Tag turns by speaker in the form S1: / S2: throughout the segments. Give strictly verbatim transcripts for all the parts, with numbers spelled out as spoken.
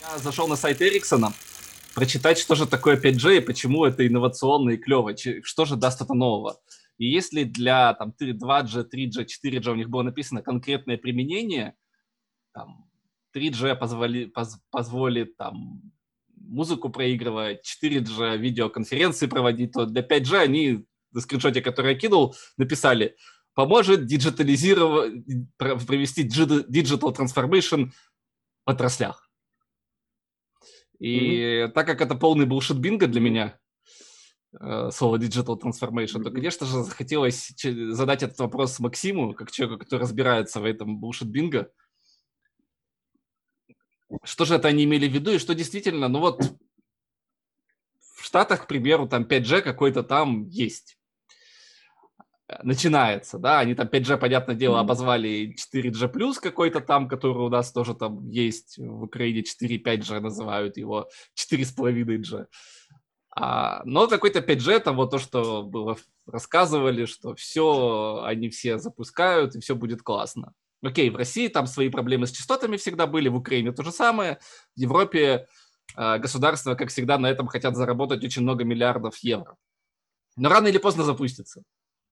S1: Я зашел на сайт Эриксона, прочитать, что же такое пять джи и почему это инновационно и клево, что же даст это нового. И если для там, два джи, три джи, четыре джи у них было написано конкретное применение, там, три джи позволи, поз, позволит там, музыку проигрывать, четыре джи видеоконференции проводить, то для пять джи они на скриншоте, который я кинул, написали, поможет диджитализировать, провести digital transformation в отраслях. И mm-hmm. так как это полный bullshit бинго для меня, слово digital transformation, mm-hmm. то, конечно же, захотелось задать этот вопрос Максиму, как человеку, который разбирается в этом bullshit бинго. Что же это они имели в виду и что действительно, ну вот в Штатах, к примеру, там пять джи какой-то там есть. Начинается, да, они там пять джи, понятное дело, mm-hmm. обозвали четыре джи плюс какой-то там, который у нас тоже там есть в Украине, четыре пять джи называют его, четыре с половиной джи. А, но какой-то пять джи, там вот то, что было, рассказывали, что все, они все запускают, и все будет классно. Окей, в России там свои проблемы с частотами всегда были, в Украине то же самое, в Европе э, государства, как всегда, на этом хотят заработать очень много миллиардов евро. Но рано или поздно запустится.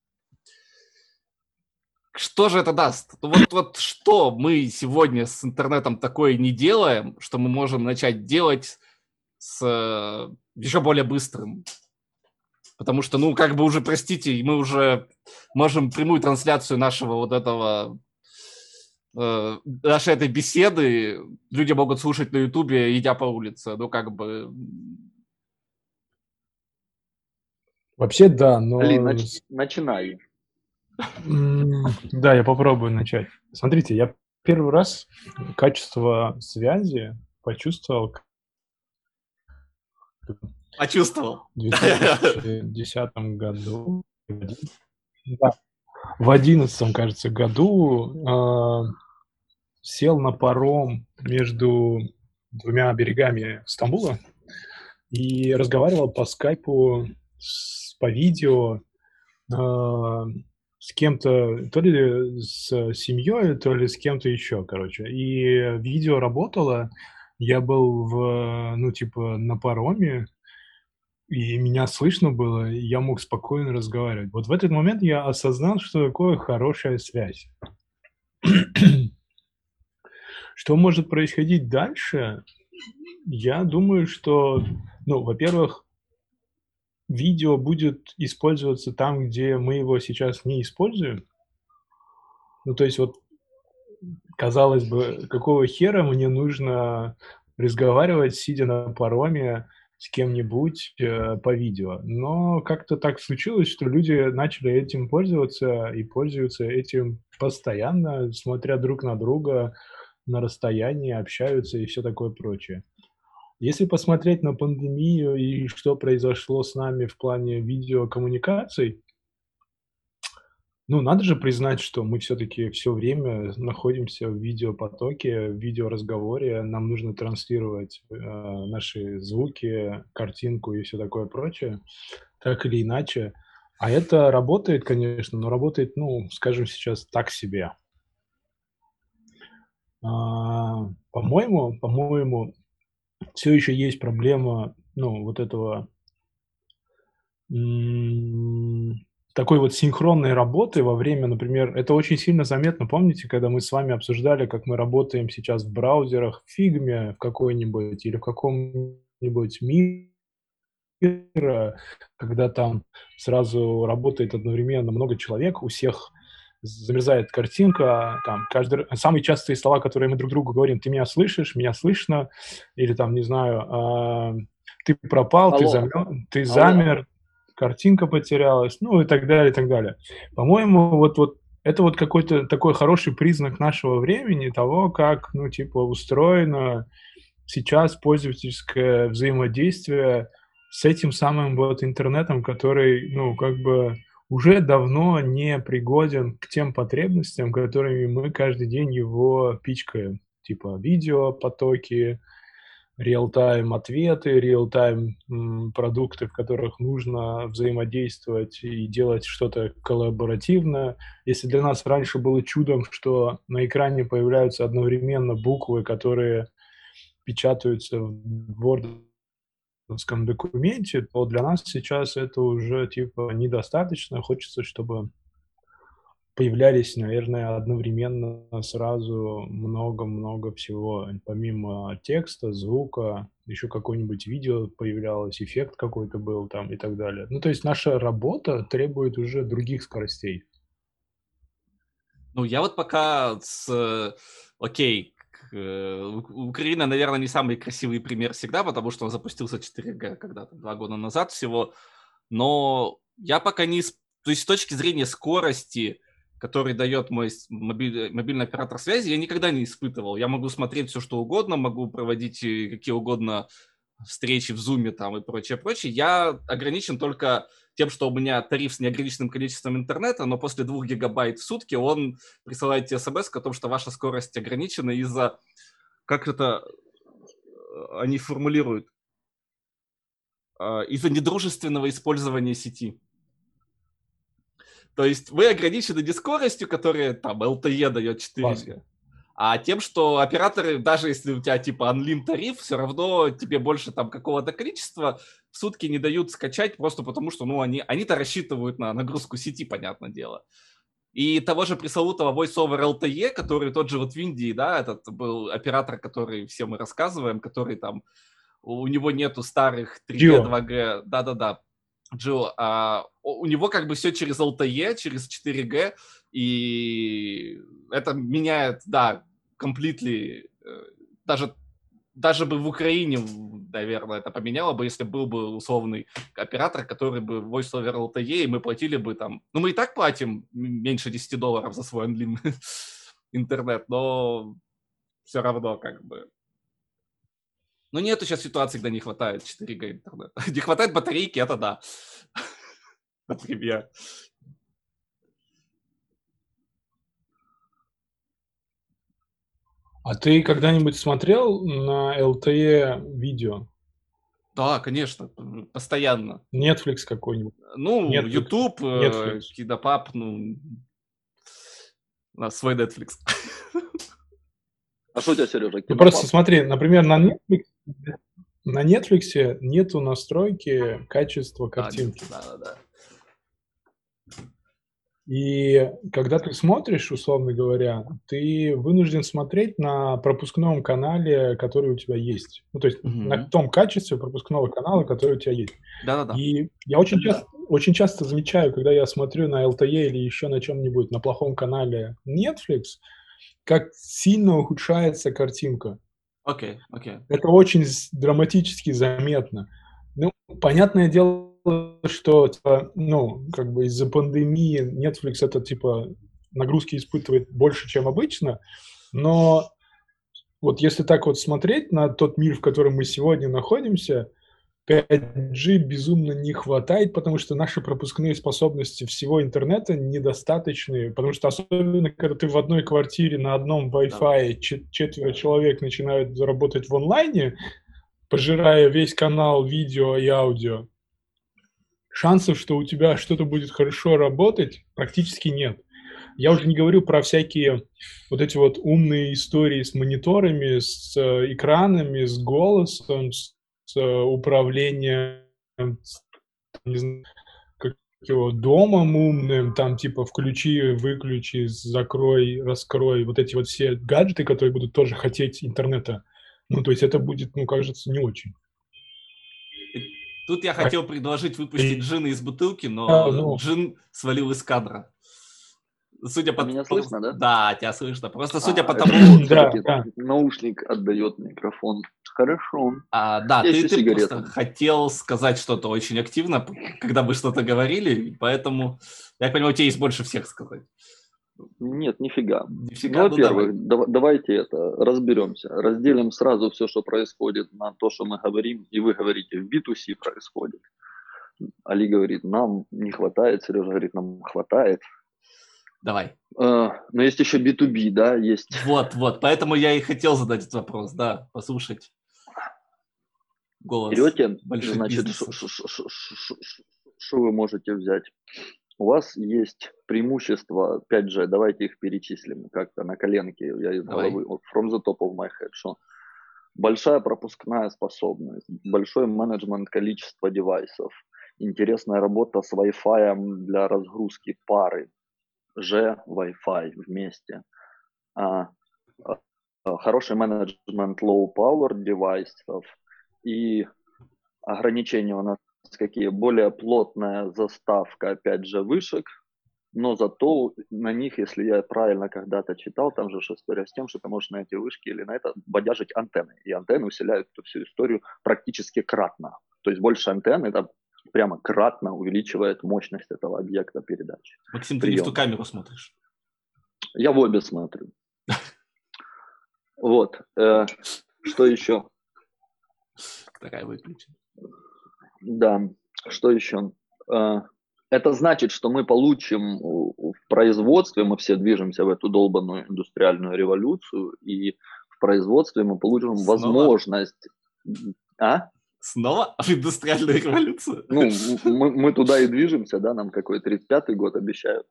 S1: Что же это даст? Вот, вот что мы сегодня с интернетом такое не делаем, что мы можем начать делать с э, еще более быстрым? Потому что, ну, как бы уже, простите, мы уже можем прямую трансляцию нашего вот этого, э, нашей этой беседы, люди могут слушать на Ютубе, идя по улице, ну, как бы...
S2: Вообще, да, но...
S3: Ли, нач... начинай.
S2: Да, я попробую начать. Смотрите, я первый раз качество связи почувствовал...
S1: Почувствовал.
S2: В две тысячи десятом году, да, в одиннадцатом, кажется, году э, сел на паром между двумя берегами Стамбула и разговаривал по скайпу, с, по видео э, с кем-то, то ли с семьей, то ли с кем-то еще, короче. И видео работало, я был в, ну, типа, на пароме, и меня слышно было, и я мог спокойно разговаривать. Вот в этот момент я осознал, что такое хорошая связь. Что может происходить дальше? Я думаю, что, ну, во-первых, видео будет использоваться там, где мы его сейчас не используем. Ну, то есть вот, казалось бы, какого хера мне нужно разговаривать, сидя на пароме, с кем-нибудь э, по видео. Но как-то так случилось, что люди начали этим пользоваться и пользуются этим постоянно, смотря друг на друга на расстоянии, общаются и все такое прочее. Если посмотреть на пандемию и что произошло с нами в плане видеокоммуникаций, ну, надо же признать, что мы все-таки все время находимся в видеопотоке, в видеоразговоре. Нам нужно транслировать э, наши звуки, картинку и все такое прочее, так или иначе. А это работает, конечно, но работает, ну, скажем, сейчас так себе. А, по-моему, по-моему, все еще есть проблема, ну, вот этого... М- такой вот синхронной работы во время, например, это очень сильно заметно. Помните, когда мы с вами обсуждали, как мы работаем сейчас в браузерах, в Figma в какой-нибудь или в каком-нибудь мире, когда там сразу работает одновременно много человек, у всех замерзает картинка, там каждый самые частые слова, которые мы друг другу говорим: ты меня слышишь, меня слышно, или там, не знаю, э, ты пропал,
S3: Алло.
S2: ты замер, ты замер, картинка потерялась, ну и так далее, и так далее. По-моему, вот, вот это вот какой-то такой хороший признак нашего времени, того, как, ну, типа, устроено сейчас пользовательское взаимодействие с этим самым вот интернетом, который, ну, как бы уже давно не пригоден к тем потребностям, которыми мы каждый день его пичкаем. Типа видеопотоки, реал-тайм ответы, реал-тайм м, продукты, в которых нужно взаимодействовать и делать что-то коллаборативно. Если для нас раньше было чудом, что на экране появляются одновременно буквы, которые печатаются в вордовском документе, то для нас сейчас это уже типа недостаточно. Хочется, чтобы появлялись, наверное, одновременно сразу много-много всего. Помимо текста, звука, еще какое-нибудь видео появлялось, эффект какой-то был там и так далее. Ну, то есть наша работа требует уже других скоростей.
S1: Ну, я вот пока с... Окей, к- э, У- Украина, наверное, не самый красивый пример всегда, потому что он запустился четыре джи когда-то, два года назад всего. Но я пока не... исп- То есть с точки зрения скорости, который дает мой с- мобиль- мобильный оператор связи, я никогда не испытывал. Я могу смотреть все, что угодно, могу проводить э, какие угодно встречи в Зуме там и прочее, прочее. Я ограничен только тем, что у меня тариф с неограниченным количеством интернета, но после двух гигабайт в сутки он присылает тебе смс о том, что ваша скорость ограничена из-за, как это э, они формулируют, А, из-за недружественного использования сети. То есть вы ограничены не скоростью, которая там эл ти и дает четыре джи,
S2: Классно.
S1: а тем, что операторы, даже если у тебя типа unlim тариф, все равно тебе больше там какого-то количества в сутки не дают скачать, просто потому что, ну, они, они-то рассчитывают на нагрузку сети, понятное дело. И того же пресловутого Voice over эл ти и, который тот же вот в Индии, да, этот был оператор, который все мы рассказываем, который там, у него нету старых три джи,
S2: Джио.
S1: два джи, да-да-да, Джио, а, у него как бы все через эл ти и, через четыре джи, и это меняет, да, completely, э, даже, даже бы в Украине, наверное, это поменяло бы, если был бы условный оператор, который бы voice over эл ти и, и мы платили бы там, ну мы и так платим меньше десять долларов за свой unlim интернет, но все равно как бы. Ну нету сейчас ситуации, когда не хватает четыре джи интернета. Не хватает батарейки, это да. Например.
S2: А ты когда-нибудь смотрел на эл ти и видео?
S1: Да, конечно, п- постоянно.
S2: Netflix какой-нибудь?
S1: Ну,
S2: Netflix.
S1: YouTube,
S2: Netflix.
S1: э, Кинопап, ну, у нас свой Netflix.
S3: А что у тебя, Сережа,
S2: Ну, просто
S3: кинопап?
S2: смотри, например, на Netflix на Netflix нету настройки качества
S1: Да,
S2: картинки.
S1: да, да, да.
S2: И когда ты смотришь, условно говоря, ты вынужден смотреть на пропускном канале, который у тебя есть. Ну, то есть на
S1: Мгм.
S2: том качестве пропускного канала, который у тебя есть.
S1: Да-да-да.
S2: И я очень часто, очень часто замечаю, когда я смотрю на эл ти и или еще на чем-нибудь, на плохом канале Netflix, как сильно ухудшается картинка.
S1: Окей, окей.
S2: Это очень с- драматически заметно. Ну, понятное дело, что, типа, ну, как бы из-за пандемии Netflix это, типа, нагрузки испытывает больше, чем обычно, но вот если так вот смотреть на тот мир, в котором мы сегодня находимся, пять джи безумно не хватает, потому что наши пропускные способности всего интернета недостаточны, потому что особенно, когда ты в одной квартире на одном Wi-Fi чет- четверо человек начинают работать в онлайне, пожирая весь канал видео и аудио, шансов, что у тебя что-то будет хорошо работать, практически нет. Я уже не говорю про всякие вот эти вот умные истории с мониторами, с э, экранами, с голосом, с, с, э, управлением, с, не знаю, как его, домом умным, там типа включи, выключи, закрой, раскрой, вот эти вот все гаджеты, которые будут тоже хотеть интернета. Ну, то есть это будет, ну, кажется, не очень.
S1: И Тут я
S2: А
S1: хотел предложить выпустить джина из бутылки,
S2: я,
S1: но
S2: ну,
S1: джин свалил из кадра. Судя
S3: А
S1: по...
S3: меня
S1: по-
S3: слышно, да?
S1: Да, тебя слышно. Просто судя по
S3: А,
S1: тому...
S3: это
S2: да,
S3: все-таки
S2: да.
S3: наушник отдает микрофон. Хорошо.
S1: А, да,
S3: Есть
S1: ты,
S3: и
S1: ты
S3: сигарета.
S1: просто хотел сказать что-то очень активно, п- когда мы что-то говорили, и поэтому, я понимаю, у тебя есть больше всех сказать.
S3: Нет, нифига.
S1: Нифига,
S3: Ну,
S1: ну давай.
S3: во-первых, дав- давайте это разберемся. Разделим сразу все, что происходит, на то, что мы говорим, и вы говорите, в би ту си происходит. Али говорит, нам не хватает, Сережа говорит, нам хватает.
S1: Давай.
S3: Э, Но есть еще би ту би, да, есть.
S1: Вот, вот, поэтому я и хотел задать этот вопрос, да, послушать голос
S3: Берете,
S1: больших
S3: значит,
S1: бизнесов.
S3: что вы можете взять? У вас есть преимущества пять джи, давайте их перечислим как-то на коленке, я из
S1: Давай.
S3: головы, вот from the top of my head, что большая пропускная способность, большой менеджмент количества девайсов, интересная работа с Wi-Fi для разгрузки пары, же Wi-Fi вместе, а, а, хороший менеджмент low power девайсов и ограничения у нас какие? Более плотная заставка, опять же, вышек, но зато на них, если я правильно когда-то читал, там же история с тем, что ты можешь на эти вышки или на это бодяжить антенны. И антенны усиляют эту всю историю практически кратно. То есть больше антенн, это прямо кратно увеличивает мощность этого объекта передачи.
S1: Максим, ты не в ту камеру смотришь.
S3: Я в обе смотрю. Вот. Что еще?
S1: Такая выключена.
S3: Да. Что еще? Это значит, что мы получим в производстве, мы все движемся в эту долбанную индустриальную революцию, и в производстве мы получим Снова? возможность... А?
S1: Снова в индустриальную революцию?
S3: Ну, мы, мы туда и движемся, да, нам какой тридцать пятый год обещают.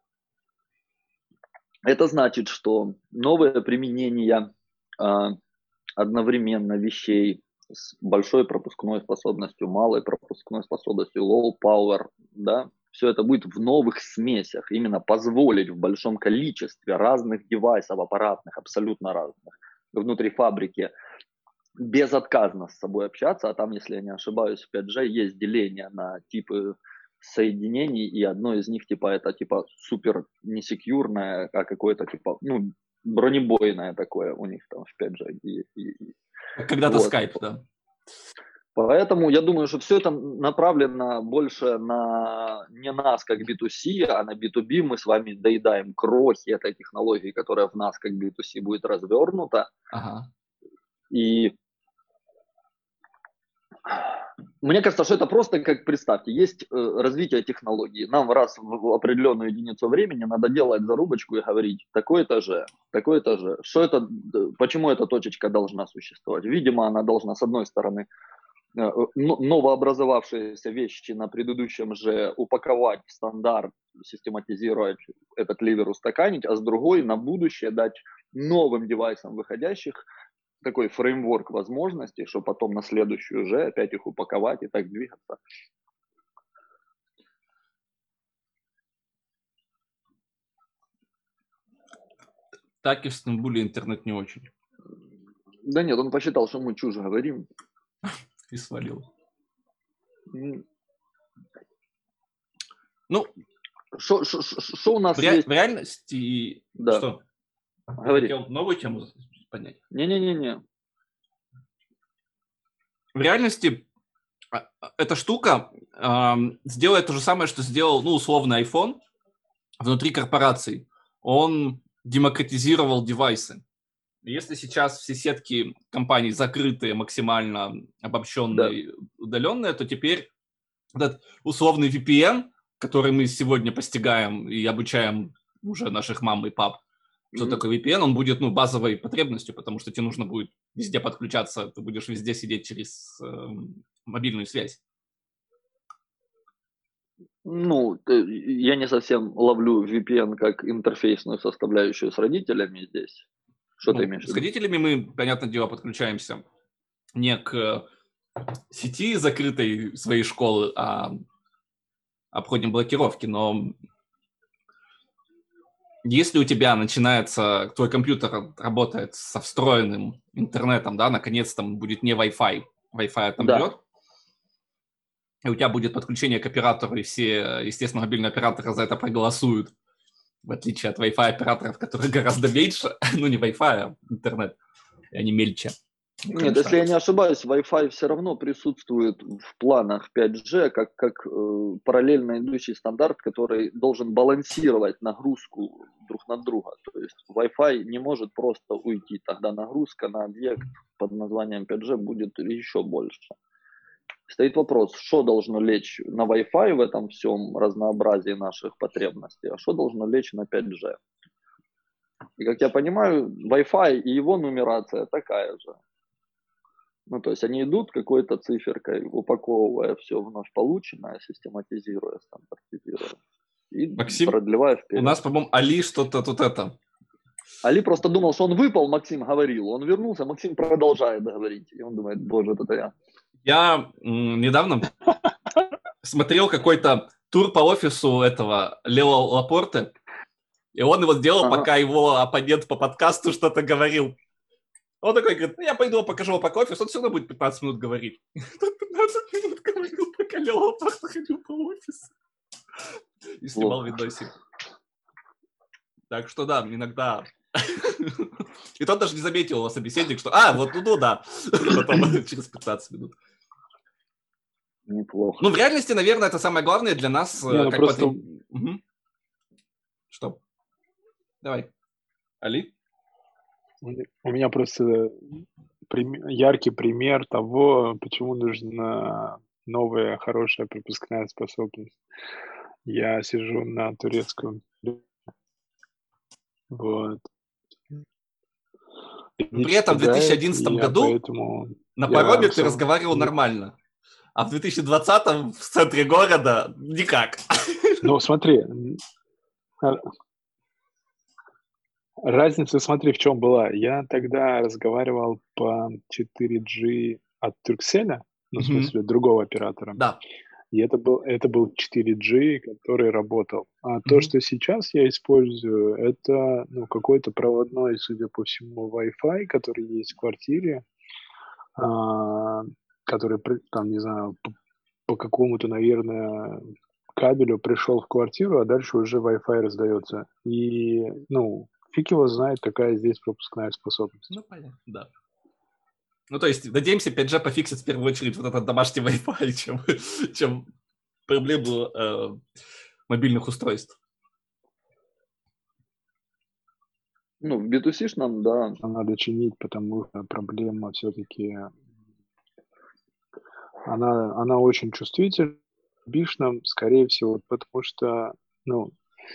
S3: Это значит, что новое применение а, одновременно вещей с большой пропускной способностью, малой пропускной способностью, low power, да, все это будет в новых смесях, именно позволить в большом количестве разных девайсов, аппаратных, абсолютно разных, внутри фабрики безотказно с собой общаться, а там, если я не ошибаюсь, в пять джи есть деление на типы соединений, и одно из них типа это типа супер не секьюрное, а какое-то типа, ну, бронебойное такое у них там в пять джи. И, и, и.
S1: Когда-то вот. Skype, да.
S3: Поэтому я думаю, что все это направлено больше на не нас как би ту си, а на би ту би. Мы с вами доедаем крохи этой технологии, которая в нас как би ту си будет развернута.
S1: Ага.
S3: И мне кажется, что это просто как, представьте, есть э, развитие технологии. Нам раз в определенную единицу времени надо делать зарубочку и говорить, такое-то же, такое-то же. Что это, почему эта точечка должна существовать? Видимо, она должна, с одной стороны, э, новообразовавшиеся вещи на предыдущем же упаковать в стандарт, систематизировать этот ливер, устаканить, а с другой на будущее дать новым девайсам выходящих такой фреймворк возможностей, чтобы потом на следующую уже опять их упаковать и так двигаться.
S1: Так и в Стамбуле интернет не очень.
S3: Да нет, он посчитал, что мы чушь говорим.
S1: И свалил.
S3: Mm.
S1: Ну,
S3: что у нас
S1: в, ре-
S3: есть?
S1: В реальности...
S3: Да.
S1: Что?
S3: Говори.
S1: Хотел новую тему поднять?
S3: Не-не-не-не.
S1: В реальности эта штука э, сделает то же самое, что сделал, ну, условно, iPhone внутри корпораций. Он демократизировал девайсы. Если сейчас все сетки компаний закрытые, максимально обобщенные, да. удаленные, то теперь этот условный ви пи эн, который мы сегодня постигаем и обучаем уже наших мам и пап, что mm-hmm. такое ви пи эн, он будет, ну, базовой потребностью, потому что тебе нужно будет везде подключаться, ты будешь везде сидеть через э, мобильную связь.
S3: Ну, я не совсем ловлю ви пи эн как интерфейсную составляющую с родителями здесь. Что
S1: ну,
S3: ты имеешь в виду?
S1: С родителями мы, понятное дело, подключаемся не к сети закрытой своей школы, а обходим блокировки, но если у тебя начинается, твой компьютер работает со встроенным интернетом, да, наконец-то будет не Wi-Fi, Wi-Fi отобьет, да. И у тебя будет подключение к оператору, и все, естественно, мобильные операторы за это проголосуют, в отличие от Wi-Fi операторов, которые гораздо меньше, ну не Wi-Fi, а интернет, и они мельче.
S3: Нет, конечно, если я не ошибаюсь, Wi-Fi все равно присутствует в планах пять джи как, как э, параллельно идущий стандарт, который должен балансировать нагрузку друг на друга. То есть Wi-Fi не может просто уйти, тогда нагрузка на объект под названием пять джи будет еще больше. Стоит вопрос, что должно лечь на Wi-Fi в этом всем разнообразии наших потребностей, а что должно лечь на пять джи. И как я понимаю, Wi-Fi и его нумерация такая же. Ну, то есть они идут какой-то циферкой, упаковывая все вновь полученное, систематизируя, стандартизируя. И
S1: Максим,
S3: продлевая вперед.
S1: У нас, по-моему, Али что-то тут это
S3: Али просто думал, что он выпал, Максим говорил. Он вернулся, Максим продолжает говорить. И он думает, боже, это я.
S1: Я м, недавно смотрел какой-то тур по офису этого Лео Лапорте, и он его сделал,
S3: Ага.
S1: пока его оппонент по подкасту что-то говорил. Он такой говорит, ну, я пойду покажу его пока офис, он все равно будет пятнадцать минут говорить. Тут пятнадцать минут говорил, пока Лео Лапорте ходил по офису. И снимал
S3: Плохо.
S1: видосик. Так что да, иногда... И тот даже не заметил его собеседник, что «А, вот ну да». Потом через пятнадцать минут.
S3: Неплохо.
S1: Ну, в реальности, наверное, это самое главное для нас.
S2: Не, ну
S1: как
S2: просто-
S1: потреб- Мгм. Что? Давай. Али?
S2: У меня просто прим- яркий пример того, почему нужна новая хорошая пропускная способность. Я сижу на турецком. Вот.
S1: При этом в две тысячи одиннадцатом
S2: И я
S1: году
S2: поэтому
S1: на
S2: я
S1: пароме ты
S2: сам-
S1: разговаривал нормально. А в две тысячи двадцатом в центре города никак.
S2: Ну, смотри, р- разница, смотри, в чем была. Я тогда разговаривал по четыре джи от Turkcell, ну, в
S1: Мгм.
S2: смысле, другого оператора.
S1: Да.
S2: И это был, это был четыре джи, который работал. А то,
S1: Мгм.
S2: что сейчас я использую, это ну, какой-то проводной, судя по всему, Wi-Fi, который есть в квартире, а, который, при- там, не знаю, по, по какому-то, наверное, кабелю пришел в квартиру, а дальше уже Wi-Fi раздается. И, ну, фиг его знает, какая здесь пропускная способность.
S1: Ну, понятно, да. Ну, то есть, надеемся, пять джи пофиксит в первую очередь вот этот домашний Wi-Fi, чем, чем проблему э, мобильных устройств.
S3: Ну, в би ту си-шном, да.
S2: Надо чинить, потому что проблема все-таки она, она очень чувствительна в бишном, скорее всего, потому что, ну,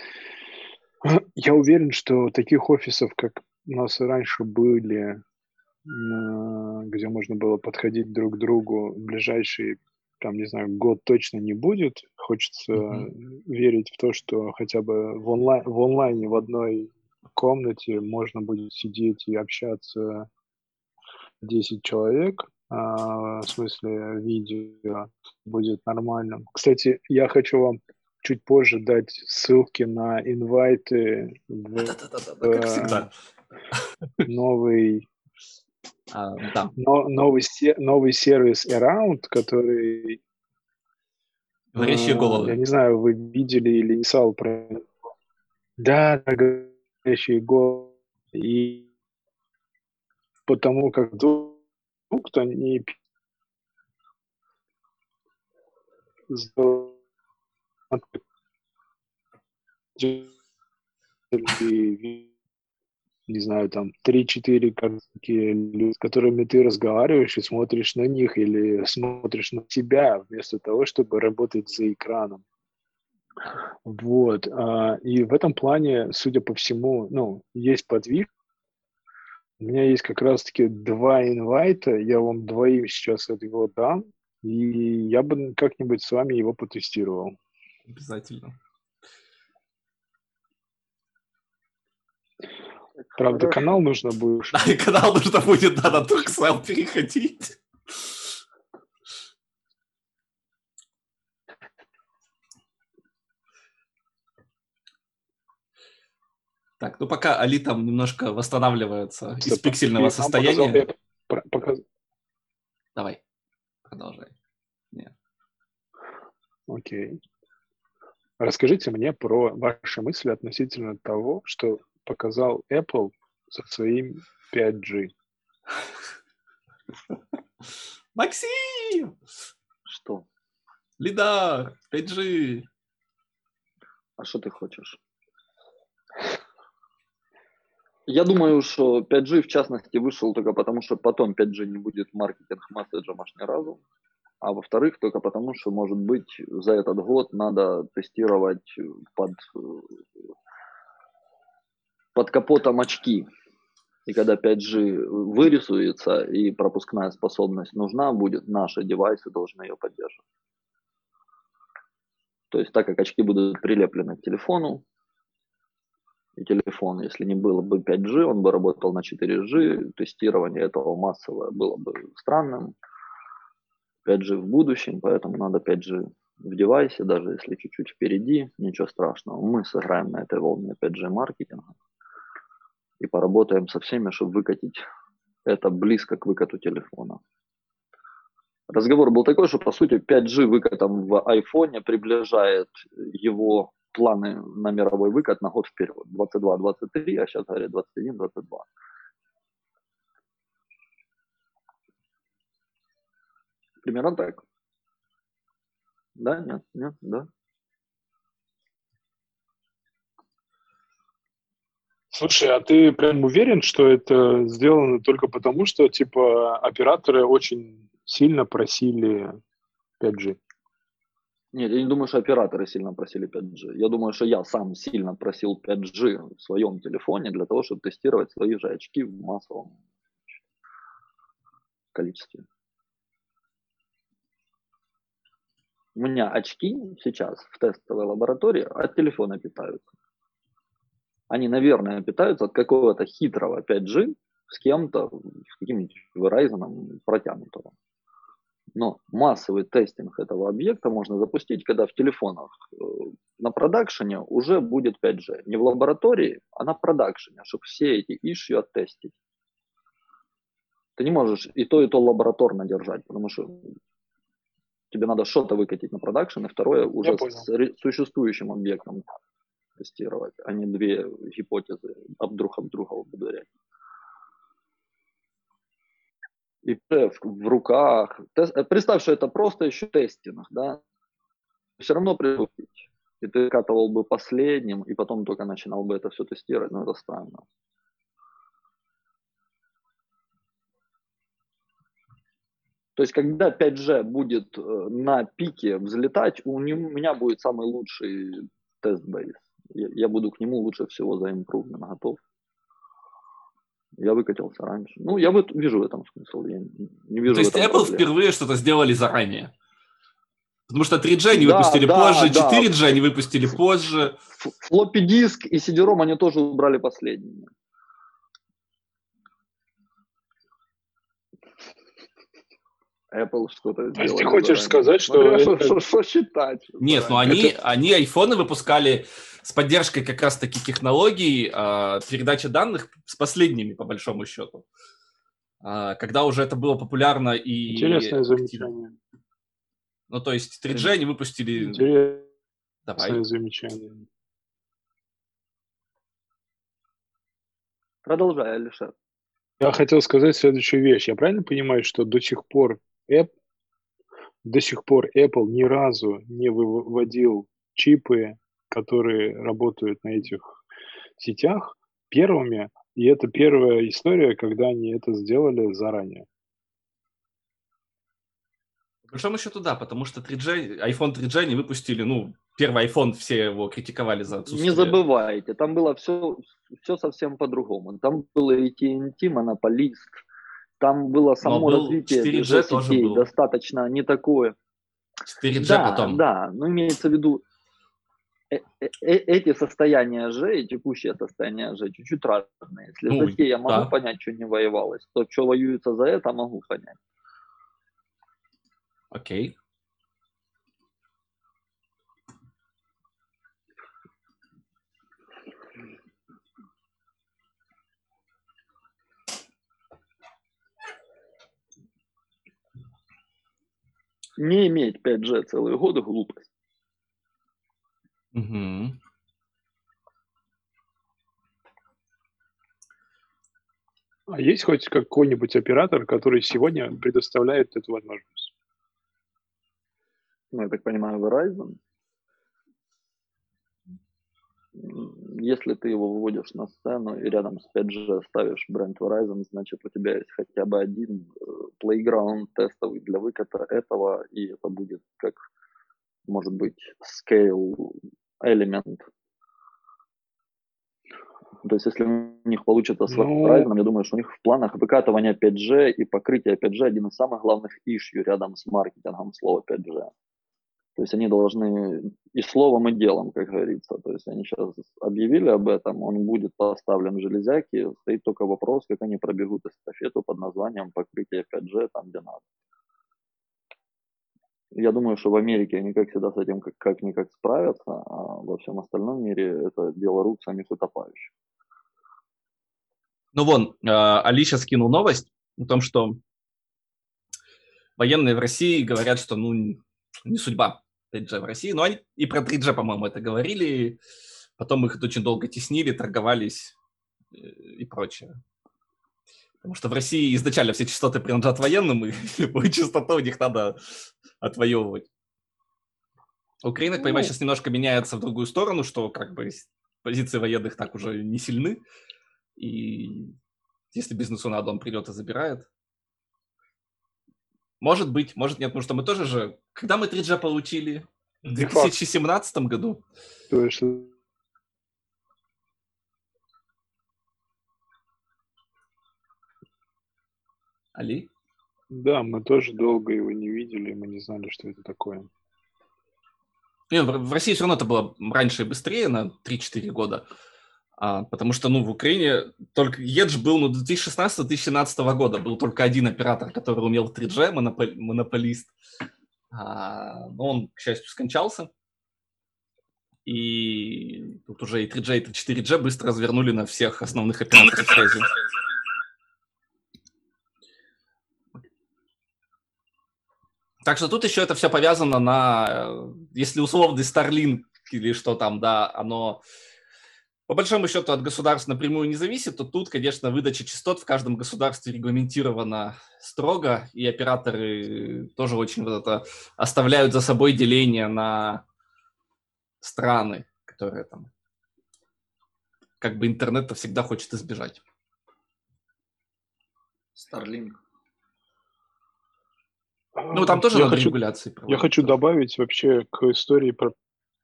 S2: я уверен, что таких офисов, как у нас раньше были, м, где можно было подходить друг к другу, в ближайший, там, не знаю, год точно не будет. Хочется
S1: Мгм.
S2: верить в то, что хотя бы в, онлайн, в онлайне в одной комнате можно будет сидеть и общаться десять человек, а, в смысле видео, будет нормально. Кстати, я хочу вам чуть позже дать ссылки на инвайты в
S1: Да-да-да, как всегда.
S2: новый,
S1: А, да.
S2: но- новый, се- новый сервис Around, который,
S1: Горящие
S2: а,
S1: головы.
S2: я не знаю, вы видели или не писал про... Да, да, горящие головы. И потому как вдруг они сделали не знаю, там, три-четыре картинки, с которыми ты разговариваешь и смотришь на них или смотришь на себя, вместо того, чтобы работать за экраном. Вот. а, И в этом плане, судя по всему, ну, есть подвиг. У меня есть как раз-таки два инвайта, я вам двоим сейчас это его дам, и я бы как-нибудь с вами его потестировал.
S1: Обязательно.
S2: Правда,
S3: Хорошо.
S2: канал нужно будет...
S1: Да, и канал нужно будет, да, на Turkcell переходить. Так, ну пока Али там немножко восстанавливается из пиксельного
S2: И вам показал-
S1: состояния.
S2: я про- показ-
S1: Давай, продолжай. Нет.
S2: Окей. Расскажите мне про ваши мысли относительно того, что показал Apple со своим пять джи.
S1: Максим!
S3: Что?
S1: Лидар! пять джи!
S3: А что ты хочешь? Я думаю, что пять джи в частности вышел только потому, что потом пять джи не будет маркетинг-месседжем аж ни разу. А во-вторых, только потому, что, может быть, за этот год надо тестировать под, под капотом очки. И когда пять джи вырисуется и пропускная способность нужна будет, наши девайсы должны ее поддерживать. То есть так как очки будут прилеплены к телефону, И телефон, если не было бы пять джи, он бы работал на четыре джи. Тестирование этого массовое было бы странным. пять джи в будущем, поэтому надо пять джи в девайсе, даже если чуть-чуть впереди, ничего страшного. Мы сыграем на этой волне пять джи маркетинга и поработаем со всеми, чтобы выкатить это близко к выкату телефона. Разговор был такой, что, по сути, пять джи выкатом в айфоне приближает его планы на мировой выкат на год вперед. двадцать два двадцать три, а сейчас говорят двадцать один двадцать два. Примерно так. Да, нет, нет, да.
S2: Слушай, а ты прям уверен, что это сделано только потому, что, типа, операторы очень сильно просили пять джи?
S3: Нет, я не думаю, что операторы сильно просили пять джи. Я думаю, что я сам сильно просил пять джи в своем телефоне для того, чтобы тестировать свои же очки в массовом количестве. У меня очки сейчас в тестовой лаборатории от телефона питаются. Они, наверное, питаются от какого-то хитрого пять джи с кем-то, с каким-нибудь Verizon протянутого. Но массовый тестинг этого объекта можно запустить, когда в телефонах на продакшене уже будет пять джи. Не в лаборатории, а на продакшене, чтобы все эти issue оттестить. Ты не можешь и то, и то лабораторно держать, потому что тебе надо что-то выкатить на продакшен, и второе уже с существующим объектом тестировать, а не две гипотезы об друг об друга ударять. И в руках. Представь, что это просто еще тестинг, да? Все равно привыкнуть. И ты катывал бы последним, и потом только начинал бы это все тестировать, но это странно. То есть, когда пять джи будет на пике взлетать, у меня будет самый лучший тест-бейс. Я буду к нему лучше всего за improvement готов. Я выкатился раньше. Ну, я вот вижу в этом смысл. Я не вижу.
S1: То есть Apple
S3: проблем.
S1: впервые что-то сделали заранее? Потому что три джи они
S3: да,
S1: выпустили
S3: да,
S1: позже,
S3: да.
S1: четыре джи они выпустили позже.
S3: Флоппи диск и си ди-ром они тоже убрали последними. Apple что-то
S2: То есть ты хочешь заранее. сказать, что...
S3: Смотря, это... что, что считать?
S1: Нет, но они, это... они айфоны выпускали с поддержкой как раз-таки технологий э, передачи данных с последними, по большому счету. Э, когда уже это было популярно и...
S2: Интересное замечание.
S1: Ну, то есть три джи они выпустили...
S2: Интересное
S1: Давай.
S2: замечание.
S3: Продолжай, Алишер.
S2: Я хотел сказать следующую вещь. Я правильно понимаю, что до сих пор Apple, до сих пор Apple ни разу не выводил чипы, которые работают на этих сетях первыми, и это первая история, когда они это сделали заранее.
S1: По большому счету, да, потому что три джи, iPhone три джи они выпустили, ну, первый iPhone, все его критиковали за отсутствие.
S3: Не забывайте, там было все, все совсем по-другому. Там был эй ти энд ти, монополист, там было само развитие
S1: четыре джи тоже
S3: сетей
S1: был.
S3: Достаточно не такое.
S1: четыре джи
S3: да,
S1: потом.
S3: Да, но имеется в виду, э- э- эти состояния же, и текущее состояние же чуть-чуть разные. Если
S1: ну,
S3: за те я могу
S1: да.
S3: понять, что не воевалось, то что воюется за это, могу понять.
S1: Окей.
S3: Не иметь пять джи целый год — глупость.
S1: Угу.
S2: А есть хоть какой-нибудь оператор, который сегодня предоставляет эту возможность?
S3: Ну, я так понимаю, Verizon. Если ты его выводишь на сцену и рядом с пять джи ставишь бренд Verizon, значит, у тебя есть хотя бы один playground тестовый для выката этого, и это будет как, может быть, scale element. То есть, если у них получится с
S2: Ну,
S3: Verizon, я думаю, что у них в планах выкатывания пять джи и покрытия пять джи один из самых главных issue рядом с маркетингом слова пять джи. То есть они должны и словом, и делом, как говорится. То есть они сейчас объявили об этом, он будет поставлен в железяки, стоит только вопрос, как они пробегут эстафету под названием покрытие пять джи там, где надо. Я думаю, что в Америке они, как всегда, с этим как- как-никак справятся, а во всем остальном мире это дело рук самих утопающих.
S1: Ну вон, э, Али сейчас скинул новость о том, что военные в России говорят, что ну не судьба пять джи в России. Но они и про три джи, по-моему, это говорили. Потом их очень долго теснили, торговались э, и прочее. Потому что в России изначально все частоты принадлежат военным, и любую частоту у них надо отвоевывать. Украина, я понимаю,
S3: Ну,
S1: сейчас немножко меняется в другую сторону, что как бы с- позиции военных так уже не сильны. И если бизнесу надо, он придет и забирает. Может быть, может нет, потому что мы тоже же... Когда мы три джи получили? В
S2: Не факт.
S1: две тысячи семнадцатом году.
S2: То есть,
S1: Али?
S2: да, мы тоже долго его не видели, мы не знали, что это такое.
S1: Не, в в России все равно это было раньше и быстрее, на три-четыре года. А, потому что, ну, в Украине только Едж был, ну, две тысячи шестнадцатого - две тысячи семнадцатого года. Был только один оператор, который умел три джи, монополь- монополист. А, но он, к счастью, скончался. И тут уже и три джи, и четыре джи быстро развернули на всех основных операторах связи. Так что тут еще это все повязано на, э, если условный Starlink или что там, да, оно по большому счету от государств напрямую не зависит, то тут, конечно, выдача частот в каждом государстве регламентирована строго, и операторы тоже очень вот это оставляют за собой деление на страны, которые там как бы интернет-то всегда хочет избежать.
S3: Starlink.
S1: Ну, там тоже
S2: я
S1: надо
S2: хочу,
S1: регуляции
S2: я
S1: проводить.
S2: хочу
S1: тоже.
S2: добавить вообще к истории про,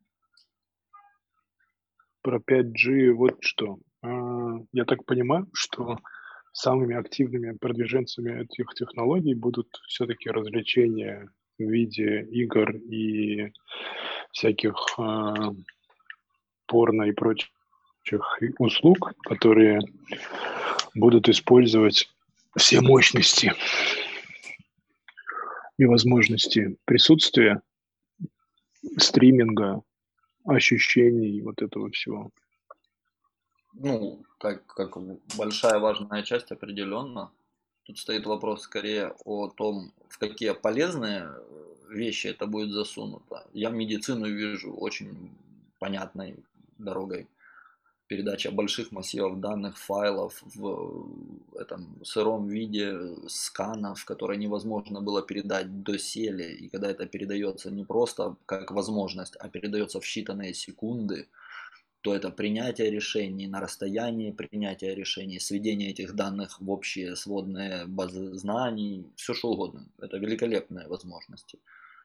S2: про пять джи вот что. А, Я так понимаю, что самыми активными продвиженцами этих технологий будут все-таки развлечения в виде игр и всяких а, порно и прочих услуг, которые будут использовать все мощности и возможности присутствия, стриминга, ощущений, вот этого всего.
S3: Ну, как, как большая важная часть определенно. Тут стоит вопрос скорее о том, в какие полезные вещи это будет засунуто. Я медицину вижу очень понятной дорогой. Передача больших массивов данных, файлов в этом сыром виде, сканов, которые невозможно было передать доселе. И когда это передается не просто как возможность, а передается в считанные секунды, то это принятие решений на расстоянии, принятие решений, сведение этих данных в общие сводные базы знаний, все что угодно. Это великолепные возможности.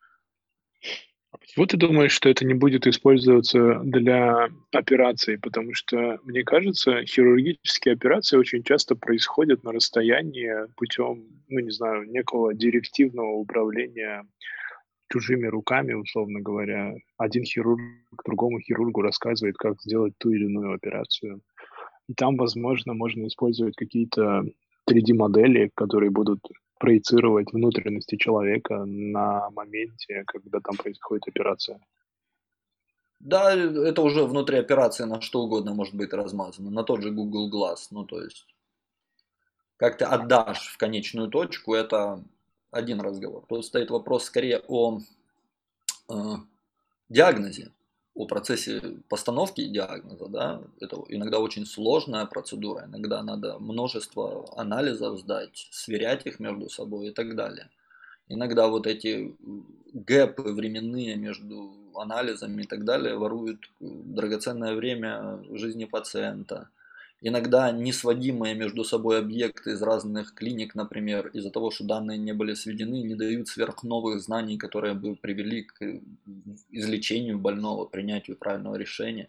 S2: Вот ты думаешь, что это не будет использоваться для операций, потому что, мне кажется, хирургические операции очень часто происходят на расстоянии путем, ну, не знаю, некого директивного управления чужими руками, условно говоря. Один хирург другому хирургу рассказывает, как сделать ту или иную операцию. И там, возможно, можно использовать какие-то три дэ-модели, которые будут проецировать внутренности человека на моменте, когда там происходит операция.
S3: Да, это уже внутри операции на что угодно может быть размазано, на тот же Google Glass. Ну, то есть, как ты отдашь в конечную точку, это один разговор. Тут стоит вопрос скорее о э, диагнозе, о процессе постановки диагноза, да, это иногда очень сложная процедура, иногда надо множество анализов сдать, сверять их между собой и так далее. Иногда вот эти гэпы временные между анализами и так далее воруют драгоценное время жизни пациента. Иногда несводимые между собой объекты из разных клиник, например, из-за того, что данные не были сведены, не дают сверхновых знаний, которые бы привели к излечению больного, принятию правильного решения.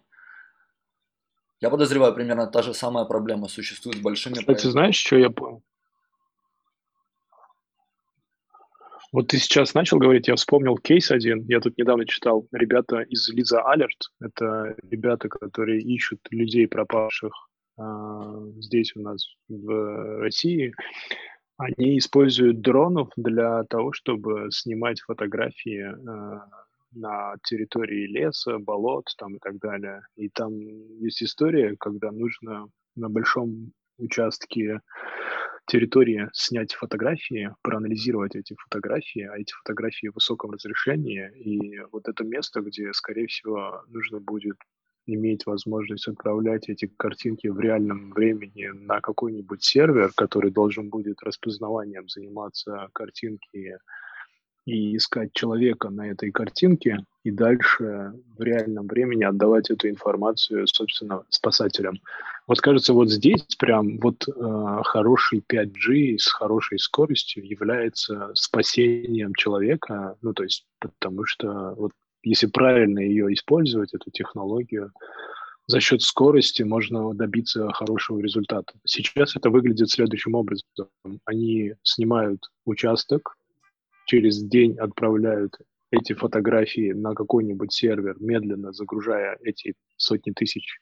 S3: Я подозреваю, примерно та же самая проблема существует с большими
S2: Кстати,
S3: проектами.
S2: знаешь, что я понял? Вот ты сейчас начал говорить, я вспомнил кейс один. Я тут недавно читал. Ребята из Лиза Алерт. Это ребята, которые ищут людей, пропавших а, здесь у нас в России. Они используют дронов для того, чтобы снимать фотографии а, на территории леса, болот там и так далее. И там есть история, когда нужно на большом участке территории снять фотографии, проанализировать эти фотографии, а эти фотографии в высоком разрешении, и вот это место, где, скорее всего, нужно будет иметь возможность отправлять эти картинки в реальном времени на какой-нибудь сервер, который должен будет распознаванием заниматься картинки и искать человека на этой картинке, и дальше в реальном времени отдавать эту информацию, собственно, спасателям. Вот кажется, вот здесь прям вот э, хороший пять джи с хорошей скоростью является спасением человека, ну то есть потому что вот если правильно ее использовать, эту технологию, за счет скорости можно добиться хорошего результата. Сейчас это выглядит следующим образом. Они снимают участок, через день отправляют эти фотографии на какой-нибудь сервер, медленно загружая эти сотни тысяч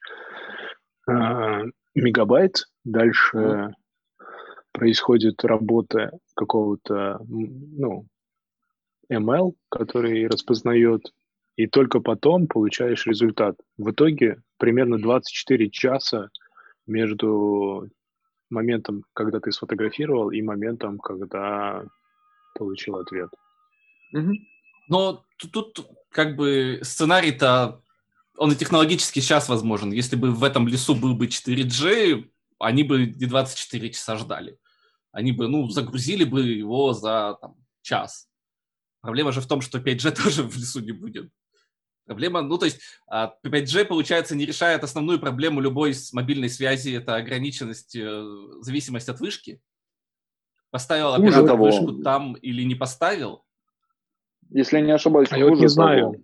S2: э, мегабайт. Дальше mm. происходит работа какого-то, ну, эм эл, который распознает, и только потом получаешь результат. В итоге примерно двадцать четыре часа между моментом, когда ты сфотографировал, и моментом, когда получил ответ.
S1: Угу. Но тут, тут как бы сценарий-то, он и технологически сейчас возможен. Если бы в этом лесу был бы четыре джи, они бы не двадцать четыре часа ждали. Они бы, ну, загрузили бы его за там, час. Проблема же в том, что пять джи тоже в лесу не будет. Проблема, ну, то есть пять джи, получается, не решает основную проблему любой мобильной связи, это ограниченность, зависимость от вышки. Поставил оператор вышку там или не поставил?
S3: Если я не ошибаюсь,
S2: а я вот не знаю.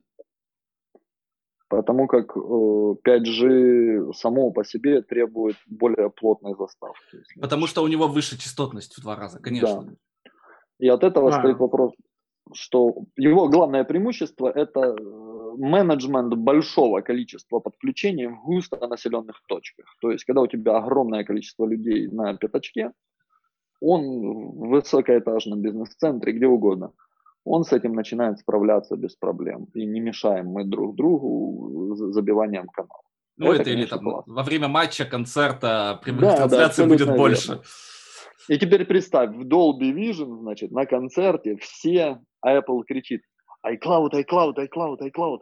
S3: Потому как э, пять джи само по себе требует более плотной заставки.
S1: Потому что у него выше частотность в два раза, конечно.
S3: Да. И от этого
S2: а.
S3: стоит вопрос, что его главное преимущество – это менеджмент большого количества подключений в густонаселенных точках. То есть, когда у тебя огромное количество людей на пятачке, он в высокоэтажном бизнес-центре, где угодно, он с этим начинает справляться без проблем. И не мешаем мы друг другу забиванием канала.
S1: Ну, это, это или там классно. Во время матча, концерта, прямых
S3: да,
S1: трансляций
S3: да,
S1: будет больше.
S3: Верно. И теперь представь, в Dolby Vision, значит, на концерте все, Apple кричит iCloud, iCloud, iCloud, iCloud.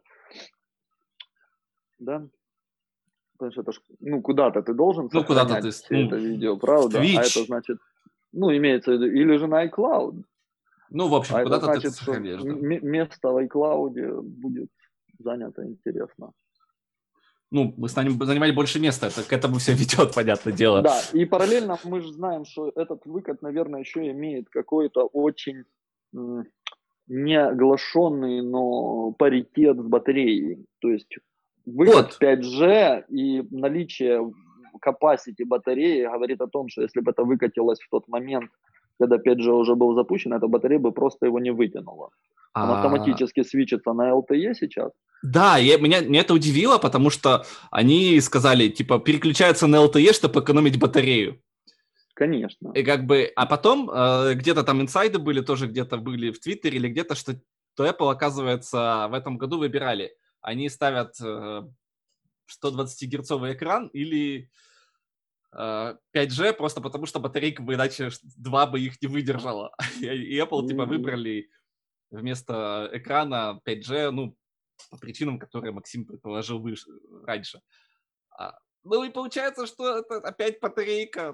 S3: Да? Потому что это ж, ну, куда-то ты должен
S1: ну,
S3: сохранять
S1: ты,
S3: все
S1: ну,
S3: это видео, правда?
S1: Twitch.
S3: А это значит, ну, имеется в виду, или же на iCloud.
S1: Ну, в общем,
S3: а
S1: куда-то
S3: это значит,
S1: ты это сохраняешь.
S3: Что
S1: да.
S3: место в iCloud будет занято интересно.
S1: Ну, мы станем занимать больше места, это к этому все ведет, понятное дело.
S3: Да, и параллельно мы же знаем, что этот выкат, наверное, еще имеет какой-то очень м, неоглашенный, но паритет с батареей. То есть выкат
S1: вот.
S3: пять джи и наличие capacity батареи говорит о том, что если бы это выкатилось в тот момент, когда пять джи уже был запущен, эта батарея бы просто его не вытянула. Он
S1: а...
S3: автоматически свитчится на эл ти и сейчас.
S1: Да, я, меня, меня это удивило, потому что они сказали, типа, переключаются на эл ти и, чтобы экономить батарею.
S3: Конечно.
S1: И как бы, а потом э, где-то там инсайды были, тоже где-то были в Твиттере или где-то, что то Apple, оказывается, в этом году выбирали. Они ставят э, сто двадцатигерцовый экран или э, пять джи, просто потому что батарейка бы иначе два бы их не выдержала. И Apple, mm-hmm. типа, выбрали вместо экрана пять джи, ну, по причинам, которые Максим предположил выше, раньше. А, ну и получается, что это опять батарейка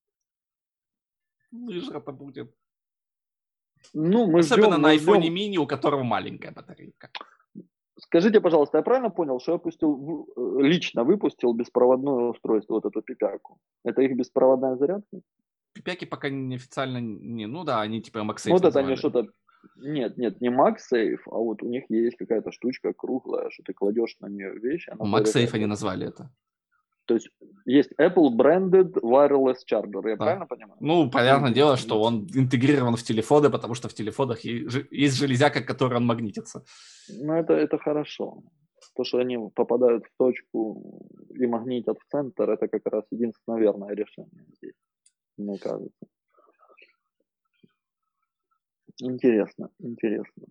S1: выжата будет.
S3: Ну, мы
S1: Особенно
S3: ждем,
S1: на
S3: мы
S1: айфоне
S3: ждем.
S1: мини, у которого маленькая батарейка.
S3: Скажите, пожалуйста, я правильно понял, что я пустил, лично выпустил беспроводное устройство, вот эту пипяку? Это их беспроводная зарядка?
S1: Пипяки пока неофициально не, ну да, они типа MagSafe
S3: Вот это
S1: назвали.
S3: они что-то... Нет, нет, не MagSafe, а вот у них есть какая-то штучка круглая, что ты кладешь на нее вещи.
S1: MagSafe они назвали это.
S3: То есть есть Apple branded wireless charger, я
S1: Да.
S3: правильно понимаю?
S1: Ну, понятное
S3: Мгм.
S1: дело, что он интегрирован в телефоны, потому что в телефонах е- же- есть железяка, к которой он магнитится.
S3: Ну, это, это хорошо. То, что они попадают в точку и магнитят в центр, это как раз единственное верное решение здесь, мне кажется. Интересно, интересно.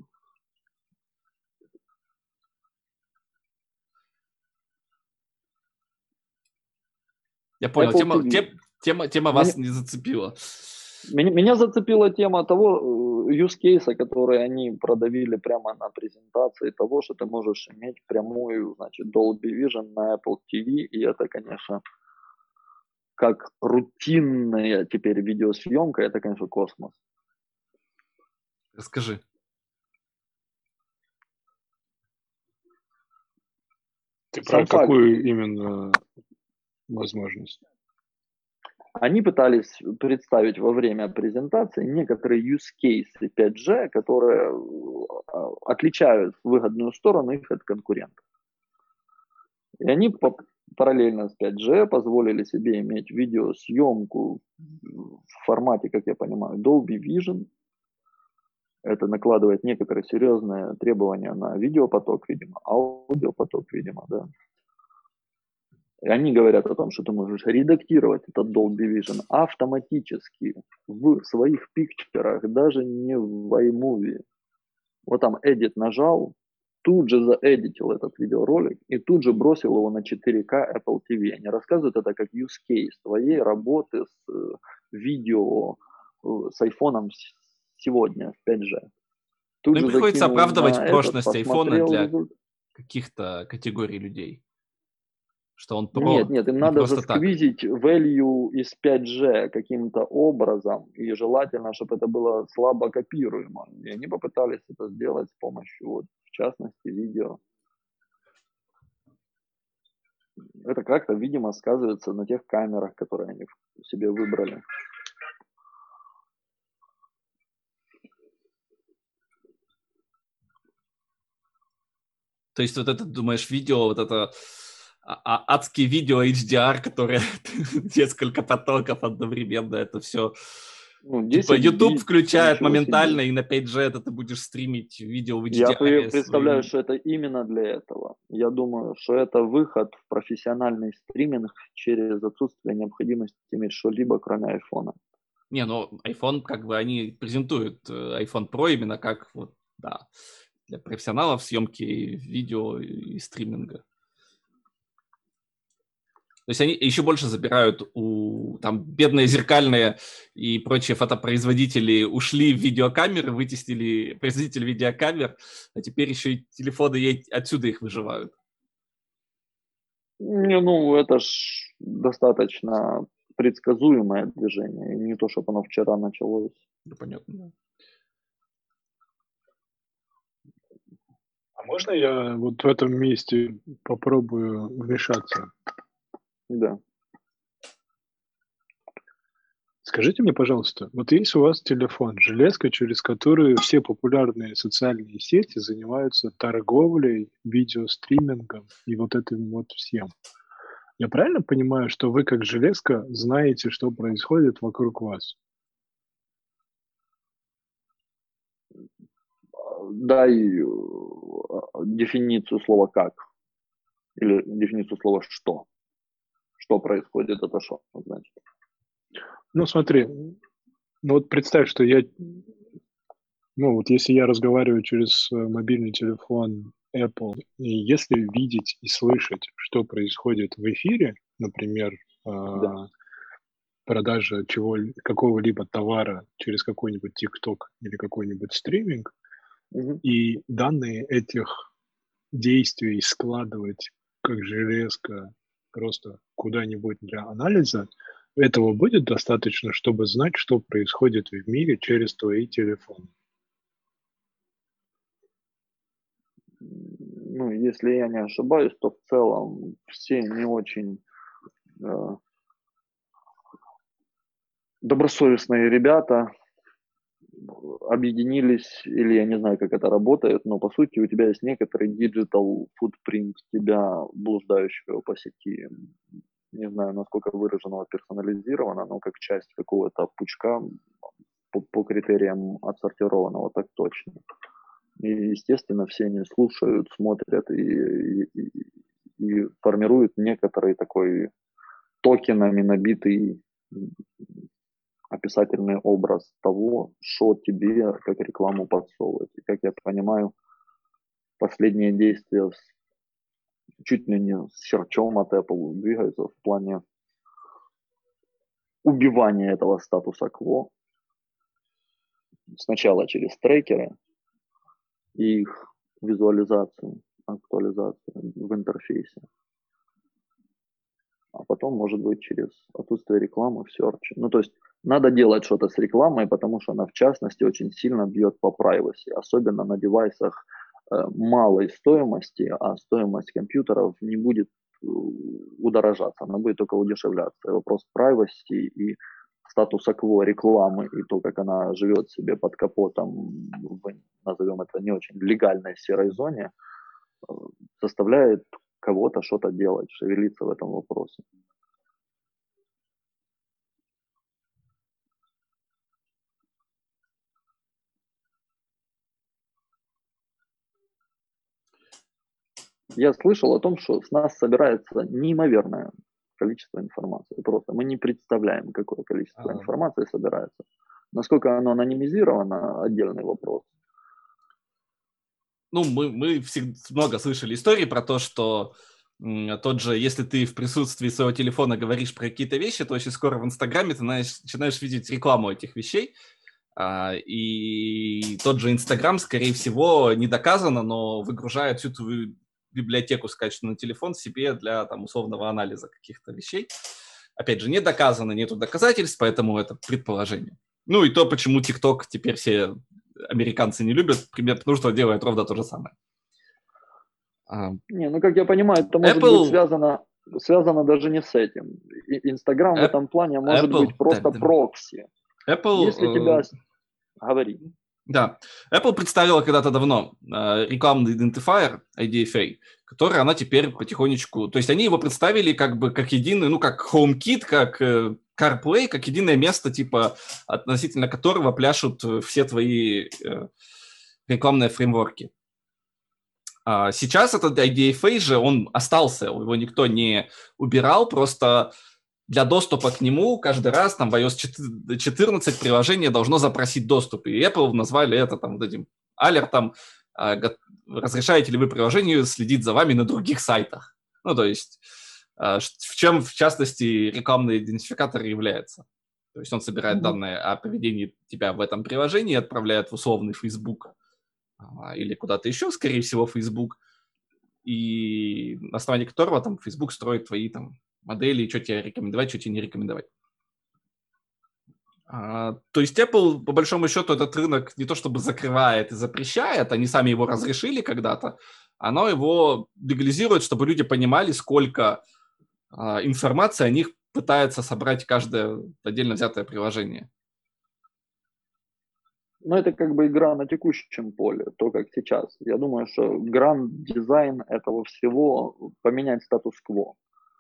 S1: Я понял,
S3: Apple
S1: тема,
S3: ти ви.
S1: тем- тема, тема вас не зацепила.
S3: Меня, меня зацепила тема того э, use case, который они продавили прямо на презентации, того, что ты можешь иметь прямую, значит, Dolby Vision на Apple ти ви, и это, конечно, как рутинная теперь видеосъемка, это, конечно, космос.
S1: Расскажи.
S2: Ты
S3: Сам
S2: про
S3: факт.
S2: какую именно возможность?
S3: Они пытались представить во время презентации некоторые use cases пять джи, которые э, отличают в выгодную сторону их от конкурентов. И они по- параллельно с пять джи позволили себе иметь видеосъемку в формате, как я понимаю, Dolby Vision. Это накладывает некоторые серьезные требования на видеопоток, видимо, аудиопоток, видимо, да. И они говорят о том, что ты можешь редактировать этот Dolby Vision автоматически в своих пикчерах, даже не в iMovie. Вот там Edit нажал, тут же заэдитил этот видеоролик и тут же бросил его на четыре ка Apple ти ви. Они рассказывают это как use case твоей работы с э, видео, э, с айфоном сегодня в пять джи. Тут
S1: Ну и
S3: же
S1: приходится
S3: закинул
S1: оправдывать
S3: на этот,
S1: прочность айфона
S3: посмотрел
S1: для
S3: результат.
S1: каких-то категорий людей. Что он про
S3: Нет, нет, им
S1: не
S3: надо
S1: просто так.
S3: засквизить value из пять джи каким-то образом, и желательно, чтобы это было слабо копируемо. И они попытались это сделать с помощью, вот, в частности, видео. Это как-то, видимо, сказывается на тех камерах, которые они себе выбрали.
S1: То есть вот это, думаешь, видео, вот это а- а- адские видео эйч ди ар, которые несколько потоков одновременно, это все...
S3: Ну,
S1: Типа
S3: десять
S1: YouTube
S3: бит,
S1: включает
S3: ничего
S1: моментально,
S3: себе.
S1: и на пять джи это ты будешь стримить видео в
S3: Я
S1: эйч ди ар
S3: представляю,
S1: своим...
S3: что это именно для этого. Я думаю, что это выход в профессиональный стриминг через отсутствие необходимости иметь что-либо, кроме айфона.
S1: Не, ну iPhone, как бы они презентуют э, iPhone Pro именно как вот, да, для профессионалов съемки видео и стриминга. То есть они еще больше забирают у там бедные зеркальные и прочие фотопроизводители ушли в видеокамеры, вытеснили производитель видеокамер, а теперь еще и телефоны ей отсюда их выживают.
S3: Не, ну, это ж достаточно предсказуемое движение. И не то, чтобы оно вчера началось.
S1: Да, понятно, да.
S2: А можно я вот в этом месте попробую вмешаться?
S3: Да.
S2: Скажите мне, пожалуйста, вот есть у вас телефон, железка, через которую все популярные социальные сети занимаются торговлей, видеостримингом и вот этим вот всем. Я правильно понимаю, что вы как железка знаете, что происходит вокруг вас?
S3: Дай э, дефиницию слова «как». Или дефиницию слова «что». Что происходит, это что значит?
S2: Ну, смотри, ну вот представь, что я, ну вот если я разговариваю через э, мобильный телефон Apple, и если видеть и слышать, что происходит в эфире, например,
S3: Да.
S2: а, продажа чего, какого-либо товара через какой-нибудь TikTok или какой-нибудь стриминг,
S3: Мгм.
S2: и данные этих действий складывать как железка просто куда-нибудь для анализа, этого будет достаточно, чтобы знать, что происходит в мире через твои телефоны.
S3: Ну, если я не ошибаюсь, то в целом все не очень э, добросовестные ребята объединились, или я не знаю, как это работает, но по сути у тебя есть некоторый digital footprint тебя, блуждающего по сети. не знаю, насколько выраженного персонализировано, но как часть какого-то пучка по, по критериям отсортированного, так точно. И, естественно, все они слушают, смотрят и, и, и формируют некоторый такой токенами набитый описательный образ того, что тебе как рекламу подсовывать. И, как я понимаю, последние действия с, чуть ли не с серчом от Apple двигаются в плане убивания этого статуса кво. Сначала через трекеры и их визуализацию, актуализацию в интерфейсе. А потом, может быть, через отсутствие рекламы в серче. Ну, то есть надо делать что-то с рекламой, потому что она, в частности, очень сильно бьет по privacy, особенно на девайсах э, малой стоимости, а стоимость компьютеров не будет э, удорожаться, она будет только удешевляться. И вопрос privacy и статуса кво рекламы и то, как она живет себе под капотом в, назовем это, не очень легальной серой зоне, э, заставляет кого-то что-то делать, шевелиться в этом вопросе. Я слышал о том, что с нас собирается неимоверное количество информации. Просто мы не представляем, какое количество
S1: А.
S3: информации собирается. Насколько оно анонимизировано, отдельный вопрос.
S1: Ну, мы, мы всегда много слышали истории про то, что м, тот же, если ты в присутствии своего телефона говоришь про какие-то вещи, то очень скоро в Инстаграме ты знаешь, начинаешь видеть рекламу этих вещей. А, и тот же Инстаграм, скорее всего, не доказано, но выгружает всю твою библиотеку скачанную на телефон себе для там, условного анализа каких-то вещей. Опять же, не доказано, нету доказательств, поэтому это предположение. Ну и то, почему ТикТок теперь все американцы не любят, примерно потому что делает ровно то же самое. А,
S3: Не, ну как я понимаю, это может
S1: Apple-
S3: быть связано, связано даже не с этим. И- Инстаграм в
S1: App-
S3: этом плане может
S1: Apple,
S3: быть просто
S1: да, да.
S3: прокси.
S1: Apple,
S3: Если
S1: э,
S3: тебя... Говори.
S1: да, Apple представила когда-то давно э, рекламный идентифайер ай ди эф эй, который она теперь потихонечку... То есть они его представили как бы как единый, ну, как HomeKit, как э, CarPlay, как единое место, типа, относительно которого пляшут все твои э, рекламные фреймворки. А сейчас этот ай ди эф эй же, он остался, его никто не убирал, просто для доступа к нему каждый раз там в ай о эс четырнадцать приложение должно запросить доступ. И Apple назвали это там вот этим алертом, а, го- разрешаете ли вы приложению следить за вами на других сайтах. Ну, то есть, а, ш- в чем, в частности, рекламный идентификатор является. То есть он собирает
S3: Мгм.
S1: данные о поведении тебя в этом приложении, отправляет в условный Facebook а, или куда-то еще, скорее всего, Facebook, и на основании которого там Facebook строит твои там модели, что тебе рекомендовать, что тебе не рекомендовать. А, то есть Apple, по большому счету, этот рынок не то чтобы закрывает и запрещает, они сами его разрешили когда-то, оно его легализирует, чтобы люди понимали, сколько а, информации о них пытается собрать каждое отдельно взятое приложение.
S3: Но это как бы игра на текущем поле, то, как сейчас. Я думаю, что гранд-дизайн этого всего — поменять статус-кво.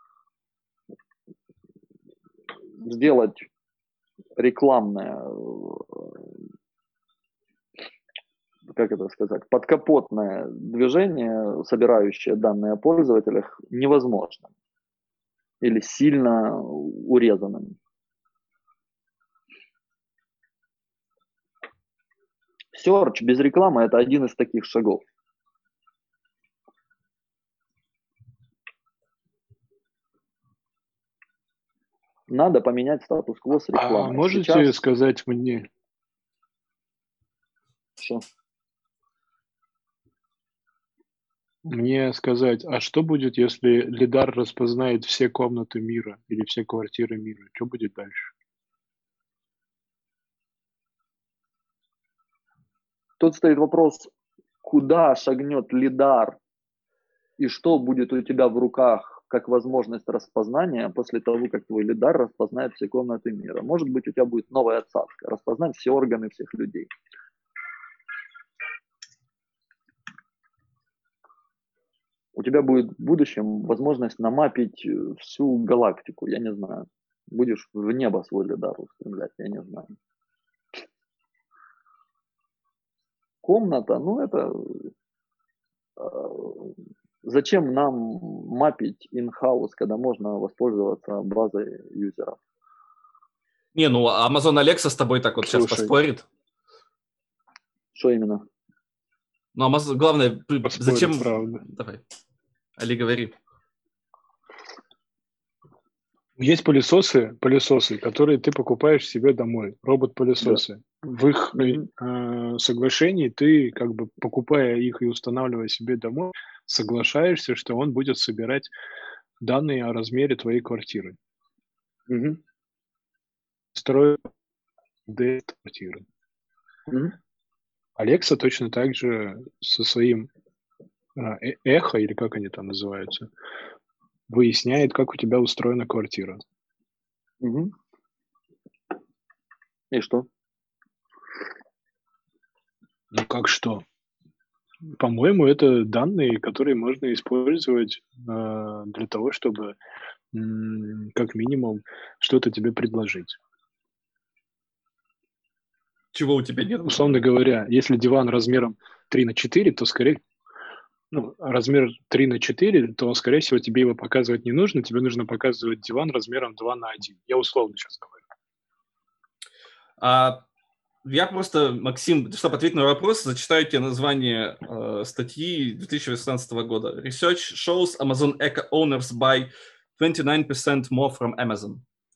S3: Сделать рекламное, э, как это сказать, подкапотное движение, собирающее данные о пользователях, невозможно. Или сильно урезанным. Search без рекламы — это один из таких шагов. Надо поменять статус-кво с
S2: А
S3: рекламой.
S2: можете
S3: Сейчас...
S2: сказать мне,
S3: Что?
S2: мне сказать, а что будет, если лидар распознает все комнаты мира или все квартиры мира? Что будет дальше?
S3: Тут стоит вопрос, куда шагнет лидар и что будет у тебя в руках как возможность распознания после того, как твой лидар распознает все комнаты мира. Может быть, у тебя будет новая отсадка, распознать все органы всех людей. У тебя будет в будущем возможность намапить всю галактику, я не знаю. Будешь в небо свой лидар устремлять, я не знаю. Комната, ну это... Зачем нам мапить in-house, когда можно воспользоваться базой юзеров?
S1: Не, ну Amazon Alexa с тобой так вот сейчас
S2: Слушай.
S1: поспорит.
S3: Что именно?
S1: Ну, Amazon, главное, п-
S2: Поспорит,
S1: зачем...
S2: правда.
S1: Давай, Али, говори.
S2: Есть пылесосы, пылесосы, которые ты покупаешь себе домой, робот-пылесосы. В их
S3: Мгм.
S2: э, соглашении ты, как бы покупая их и устанавливая себе домой, соглашаешься, что он будет собирать данные о размере твоей квартиры.
S3: Мгм.
S2: Строить модель квартиры.
S3: Мгм.
S2: Alexa точно так же со своим а, э- эхо, или как они там называются, выясняет, как у тебя устроена квартира.
S3: Мгм. И что?
S2: Ну как что? По-моему, это данные, которые можно использовать э, для того, чтобы м, как минимум что-то тебе предложить.
S1: Чего у тебя нет?
S2: Условно говоря, если диван размером три на четыре, то скорее ну, размер три на четыре, то, скорее всего, тебе его показывать не нужно, тебе нужно показывать диван размером два на один. Я условно сейчас говорю.
S1: А, я просто, Максим, чтобы ответить на вопрос, зачитаю тебе название э, статьи две тысячи восемнадцатого года. Research shows Amazon Echo owners buy twenty-nine percent more from Amazon.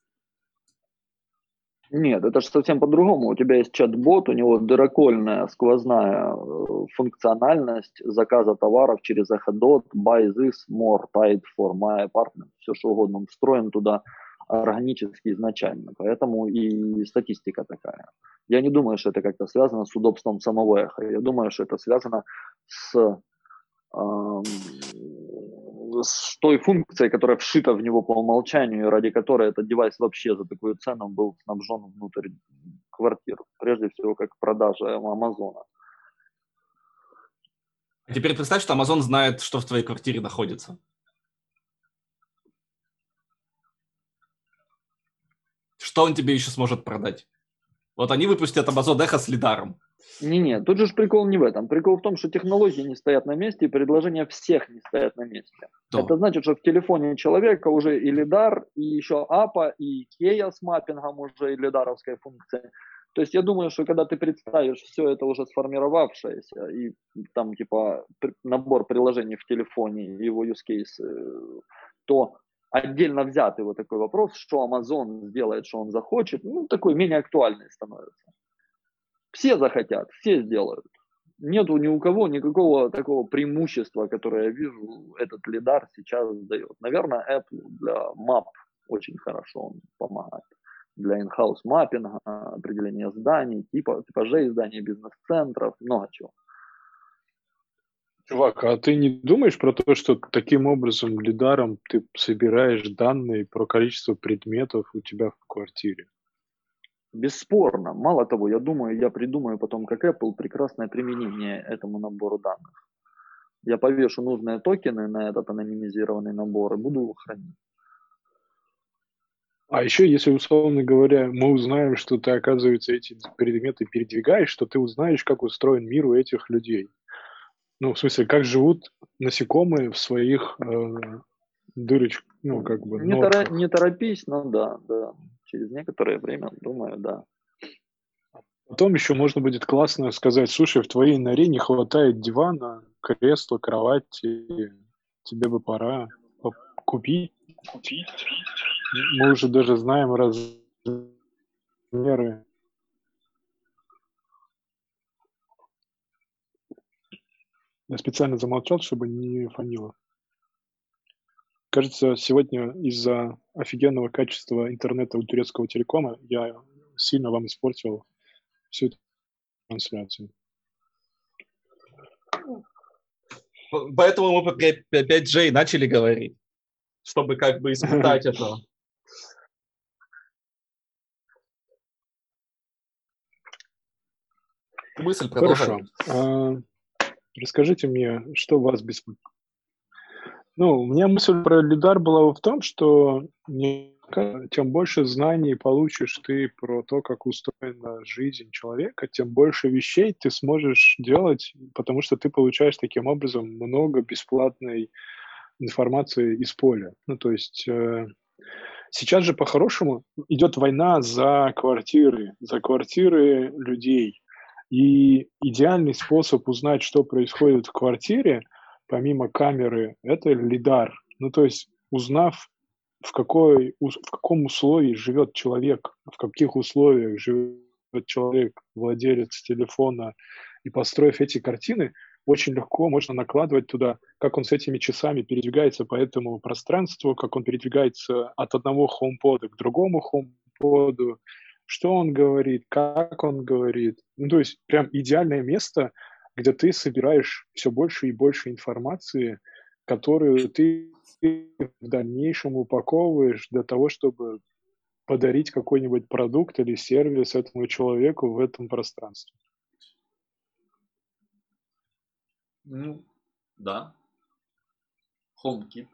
S3: Нет, это же совсем по-другому. У тебя есть чат-бот, у него дырокольная сквозная э, функциональность заказа товаров через Echodot, buy this, more, paid for my apartment, все что угодно. Он встроен туда органически изначально. Поэтому и статистика такая. Я не думаю, что это как-то связано с удобством самого эхо. Я думаю, что это связано с эм, с той функцией, которая вшита в него по умолчанию, ради которой этот девайс вообще за такую цену был снабжен внутрь квартир. Прежде всего, как продажа Амазона.
S1: А теперь представь, что Amazon знает, что в твоей квартире находится. Что он тебе еще сможет продать? Вот они выпустят Amazon Echo с лидаром.
S3: Не-не, тут же ж прикол не в этом. Прикол в том, что технологии не стоят на месте, и предложения всех не стоят на месте.
S1: То.
S3: Это значит, что в телефоне человека уже и лидар, и еще апа, и Keya с маппингом уже, и лидаровская функция. То есть я думаю, что когда ты представишь все это уже сформировавшееся, и там типа набор приложений в телефоне, его use case, то отдельно взятый вот такой вопрос, что Amazon сделает, что он захочет, ну такой менее актуальный становится. Все захотят, все сделают. Нету ни у кого никакого такого преимущества, которое я вижу, этот лидар сейчас дает. Наверное, Apple для map очень хорошо он помогает. Для in-house маппинга, определения зданий, типа, типажей зданий, бизнес-центров, много чего.
S2: Чувак, а ты не думаешь про то, что таким образом лидаром ты собираешь данные про количество предметов у тебя в квартире?
S3: Бесспорно. Мало того, я думаю, я придумаю потом, как Apple, прекрасное применение этому набору данных. Я повешу нужные токены на этот анонимизированный набор и буду его хранить.
S2: А еще, если, условно говоря, мы узнаем, что ты, оказывается, эти предметы передвигаешь, что ты узнаешь, как устроен мир у этих людей. Ну, в смысле, как живут насекомые в своих э, дырочках, ну, как бы,
S3: Не, тора-
S2: норках.
S3: не торопись, но да, да. Через некоторое время, думаю, да.
S2: Потом еще можно будет классно сказать: слушай, в твоей норе не хватает дивана, кресла, кровати, тебе бы пора купить. Мы уже даже знаем размеры. Я специально замолчал, чтобы не фонило. Кажется, сегодня из-за офигенного качества интернета у турецкого телекома я сильно вам испортил всю эту трансляцию.
S1: Поэтому мы по пять джей начали говорить, чтобы как бы испытать это. Мысль продолжай.
S2: Хорошо. А, расскажите мне, что вас беспокоит. Ну, у меня мысль про лидар была в том, что мне кажется, тем больше знаний получишь ты про то, как устроена жизнь человека, тем больше вещей ты сможешь делать, потому что ты получаешь таким образом много бесплатной информации из поля. Ну, то есть э, сейчас же по-хорошему идет война за квартиры, за квартиры людей. И идеальный способ узнать, что происходит в квартире, помимо камеры, это лидар. Ну, то есть узнав, в, какой, ус- в каком условии живет человек, в каких условиях живет человек, владелец телефона, и построив эти картины, очень легко можно накладывать туда, как он с этими часами передвигается по этому пространству, как он передвигается от одного хоумпода к другому хоумподу, что он говорит, как он говорит. Ну, то есть прям идеальное место, где ты собираешь все больше и больше информации, которую ты в дальнейшем упаковываешь для того, чтобы подарить какой-нибудь продукт или сервис этому человеку в этом пространстве.
S3: Ну, да. HomeKit.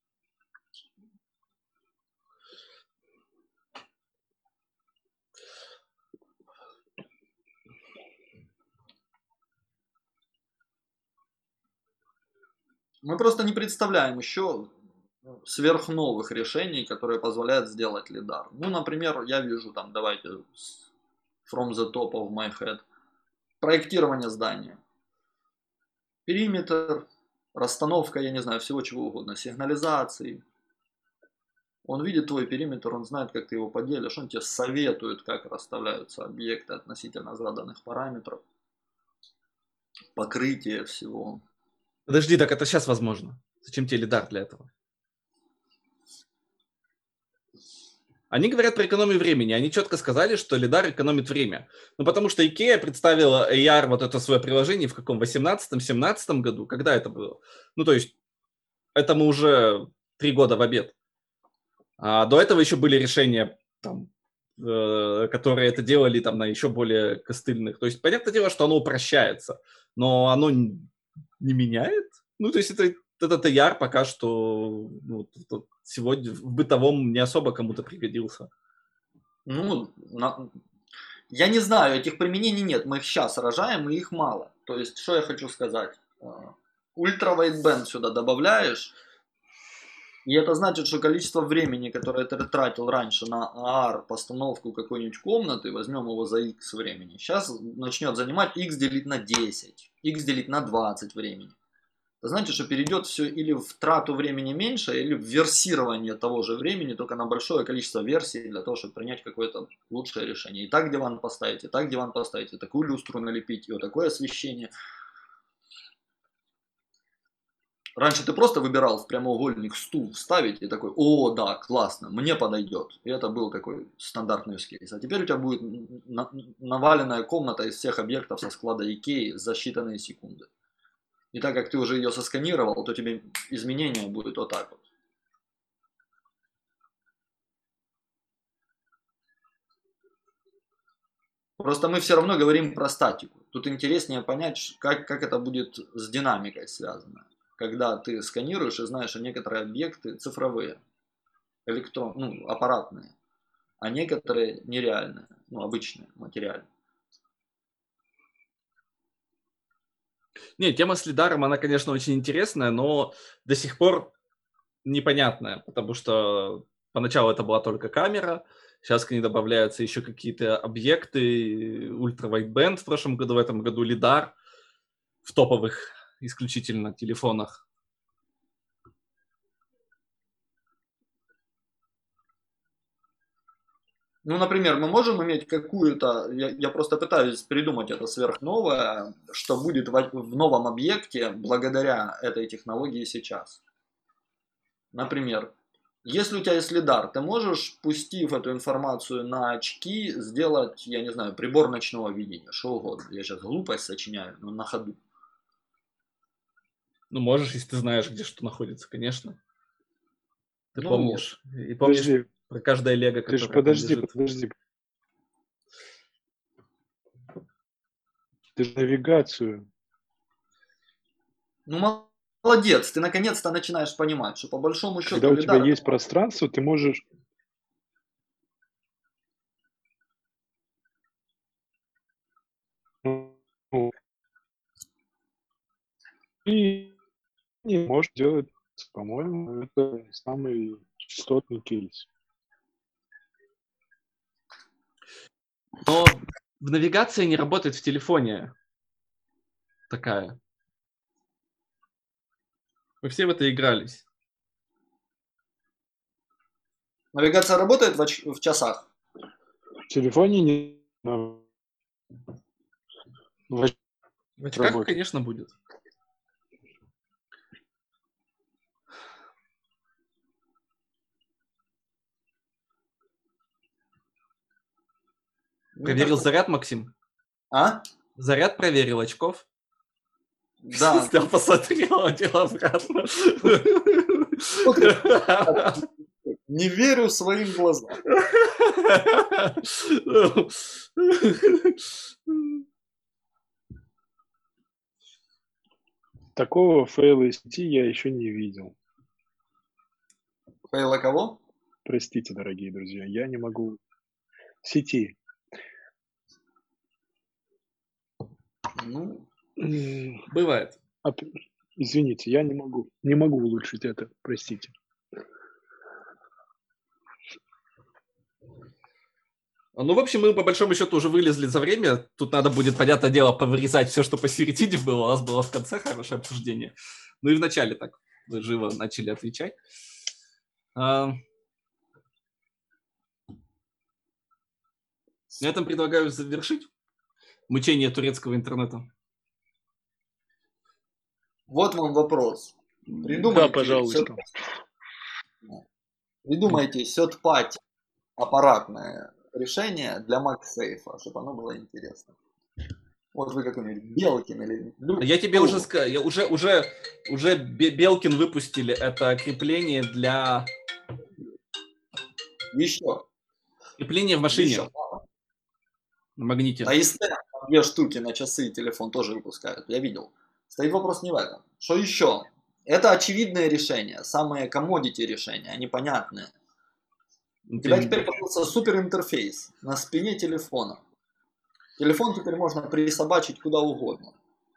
S3: Мы просто не представляем еще сверхновых решений, которые позволяют сделать лидар. Ну, например, я вижу там, давайте, from the top of my head, проектирование здания. Периметр, расстановка, я не знаю, всего чего угодно, сигнализации. Он видит твой периметр, он знает, как ты его поделишь, он тебе советует, как расставляются объекты относительно заданных параметров, покрытие всего.
S1: Подожди, так это сейчас возможно. Зачем тебе лидар для этого? Они говорят про экономию времени. Они четко сказали, что лидар экономит время. Ну, потому что IKEA представила эй ар, вот это свое приложение, в каком, восемнадцатом-семнадцатом году? Когда это было? Ну, то есть, это мы уже три года в обед. А до этого еще были решения, там, э, которые это делали там, на еще более костыльных. То есть, понятное дело, что оно упрощается, но оно не меняет. Ну, то есть, это, этот эй ар пока что ну, сегодня в бытовом не особо кому-то пригодился.
S3: Ну, на... я не знаю, этих применений нет. Мы их сейчас рожаем, и их мало. То есть, что я хочу сказать? Ультра-вайтбенд сюда добавляешь, и это значит, что количество времени, которое ты тратил раньше на эй ар, постановку какой-нибудь комнаты, возьмем его за x времени, сейчас начнет занимать x делить на десять, x делить на двадцать времени. Это значит, что перейдет все или в трату времени меньше, или в версирование того же времени, только на большое количество версий, для того, чтобы принять какое-то лучшее решение. И так диван поставить, и так диван поставить, и такую люстру налепить, и вот такое освещение. Раньше ты просто выбирал в прямоугольник стул вставить и такой, о, да, классно, мне подойдет. И это был такой стандартный use case. А теперь у тебя будет наваленная комната из всех объектов со склада IKEA за считанные секунды. И так как ты уже ее сосканировал, то тебе изменения будут вот так вот. Просто мы все равно говорим про статику. Тут интереснее понять, как, как это будет с динамикой связано. Когда ты сканируешь и знаешь, что некоторые объекты цифровые, электрон, ну, аппаратные, а некоторые нереальные, ну, обычные, материальные.
S1: Не, тема с лидаром, она, конечно, очень интересная, но до сих пор непонятная, потому что поначалу это была только камера, сейчас к ней добавляются еще какие-то объекты, ультра-вайтбенд в прошлом году, в этом году лидар в топовых исключительно телефонах.
S3: Ну, например, мы можем иметь какую-то, я, я просто пытаюсь придумать это сверхновое, что будет в, в новом объекте благодаря этой технологии сейчас. Например, если у тебя есть лидар, ты можешь, пустив эту информацию на очки, сделать, я не знаю, прибор ночного видения, что угодно. Я сейчас глупость сочиняю, но на ходу.
S1: Ну, можешь, если ты знаешь, где что находится, конечно. Ты
S3: Ну
S1: помнишь. Вот. И помнишь
S2: Подожди,
S1: про каждое лего,
S2: ты же
S1: которое там
S2: подожди,
S1: лежит.
S2: подожди. Ты же навигацию.
S3: Ну,
S4: молодец, ты наконец-то начинаешь понимать, что по большому счету...
S2: Когда у тебя
S4: лидар это-
S2: есть пространство, ты можешь... ну, и не можешь делать, по-моему, это самый частотный кейс.
S1: Но в навигации не работает в телефоне такая. Мы все в это игрались.
S4: Навигация работает в, оч- в часах?
S2: В телефоне не... но в оч-
S1: В очках,
S2: Работает.
S1: конечно, будет.
S4: Мне
S1: Проверил
S4: кажется-
S1: заряд, Максим?
S4: А?
S1: Заряд проверил очков?
S4: Да.
S1: Снял, посмотрел, одел обратно.
S4: Не верю своим глазам.
S2: Такого фейла из сети я еще не видел.
S4: Фейла кого?
S2: Простите, дорогие друзья, я не могу... Сети.
S4: Ну,
S2: М,
S1: Бывает.
S2: оп- Извините, я не могу. Не могу улучшить это, простите.
S1: Ну, в общем, мы по большому счету уже вылезли за время. Тут надо будет, понятное дело, повырезать все, что посередине было. У нас было в конце хорошее обсуждение. Ну и в начале так вы живо начали отвечать. А, На этом предлагаю завершить мучение турецкого интернета.
S4: вот вам вопрос.
S2: Да,
S4: Придумайте,
S2: пожалуйста.
S4: сет- придумайте сет-пати аппаратное решение для MagSafe, чтобы оно было интересно. Вот вы какой-нибудь Белкин или... Лю-
S1: Я тебе
S4: Ну,
S1: уже сказал, я уже, уже, уже Бе- Белкин выпустили это крепление для
S4: Еще.
S1: крепления в машине
S4: Еще.
S1: на магните.
S4: На ИСТ две штуки на часы и телефон тоже выпускают. Я видел. Стоит вопрос не в этом. Что еще? Это очевидное решение. Самые commodity решения. Они понятные. У тебя теперь появился суперинтерфейс на спине телефона. Телефон теперь можно присобачить куда угодно.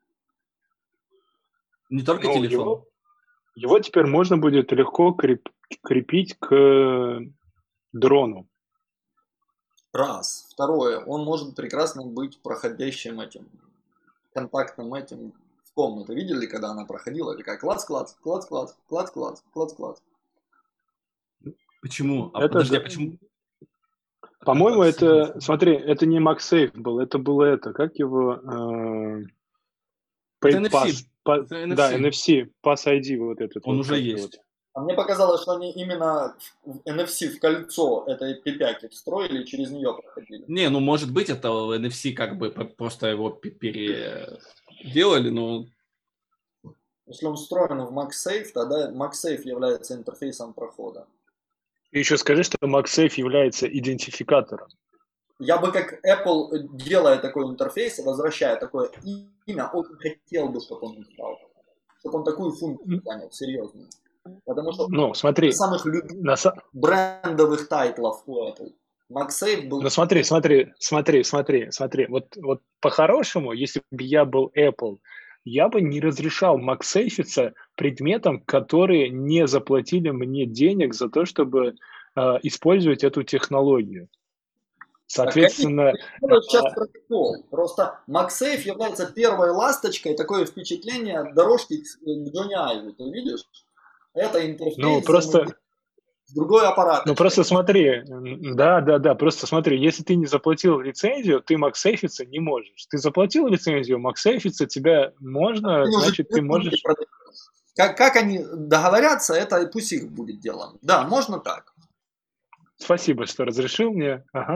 S1: Не только
S2: Ну,
S1: телефон.
S2: Его, его теперь можно будет легко креп- крепить к дрону.
S4: Раз. Второе. Он может прекрасно быть проходящим этим, контактным этим в комнату. Видели, когда она проходила? Такая клац-клац, клац-клац, клац-клац, клац-клац.
S1: Почему? А
S2: Это
S1: подожди,
S2: да.
S1: а почему?
S2: По-моему,
S1: А,
S2: это,
S1: серьезно?
S2: смотри, это не MagSafe был, это было это, как его... э,
S1: Это
S2: Pay
S1: эн эф
S2: Pass,
S1: си.
S2: па-
S1: Это эн эф
S2: да,
S1: си.
S2: эн эф си, Pass ай ди вот этот.
S1: Он
S2: вот,
S1: уже
S2: как
S1: есть.
S2: его.
S4: А мне показалось, что они именно в эн эф си в кольцо этой пипяки встроили и через нее проходили.
S1: Не, ну может быть, это эн эф си как бы п- просто его пе- переделали, но
S4: Если он встроен в MagSafe, тогда MagSafe является интерфейсом прохода.
S2: И еще скажи, что MagSafe является идентификатором.
S4: Я бы как Apple, делая такой интерфейс, возвращая такое имя, очень хотел бы, чтобы он стал. Чтобы он такую функцию занял, серьезную. Потому что
S2: Ну, смотри,
S4: из самых любимых
S2: на са-
S4: брендовых тайтлов у Apple MagSafe был...
S2: ну смотри, смотри, смотри, смотри, смотри. Вот, вот по-хорошему, если бы я был Apple, я бы не разрешал MagSafe'иться предметам, которые не заплатили мне денег за то, чтобы э, использовать эту технологию. Соответственно,
S4: Ну, сейчас
S2: а-
S4: протокол. Просто MagSafe является первой ласточкой, такое впечатление дорожки к к Джонни Айву. Ты видишь? Это интерфейс
S2: ну просто,
S4: с другой аппарат.
S2: ну просто смотри, м, да, да, да, просто смотри, если ты не заплатил лицензию, ты MagSafe'иться не можешь. Ты заплатил лицензию, MagSafe'иться тебя можно, значит, ты можешь...
S4: Как, как они договорятся, это пусть их будет делом. Да, можно так.
S2: Спасибо, что разрешил мне. Ага.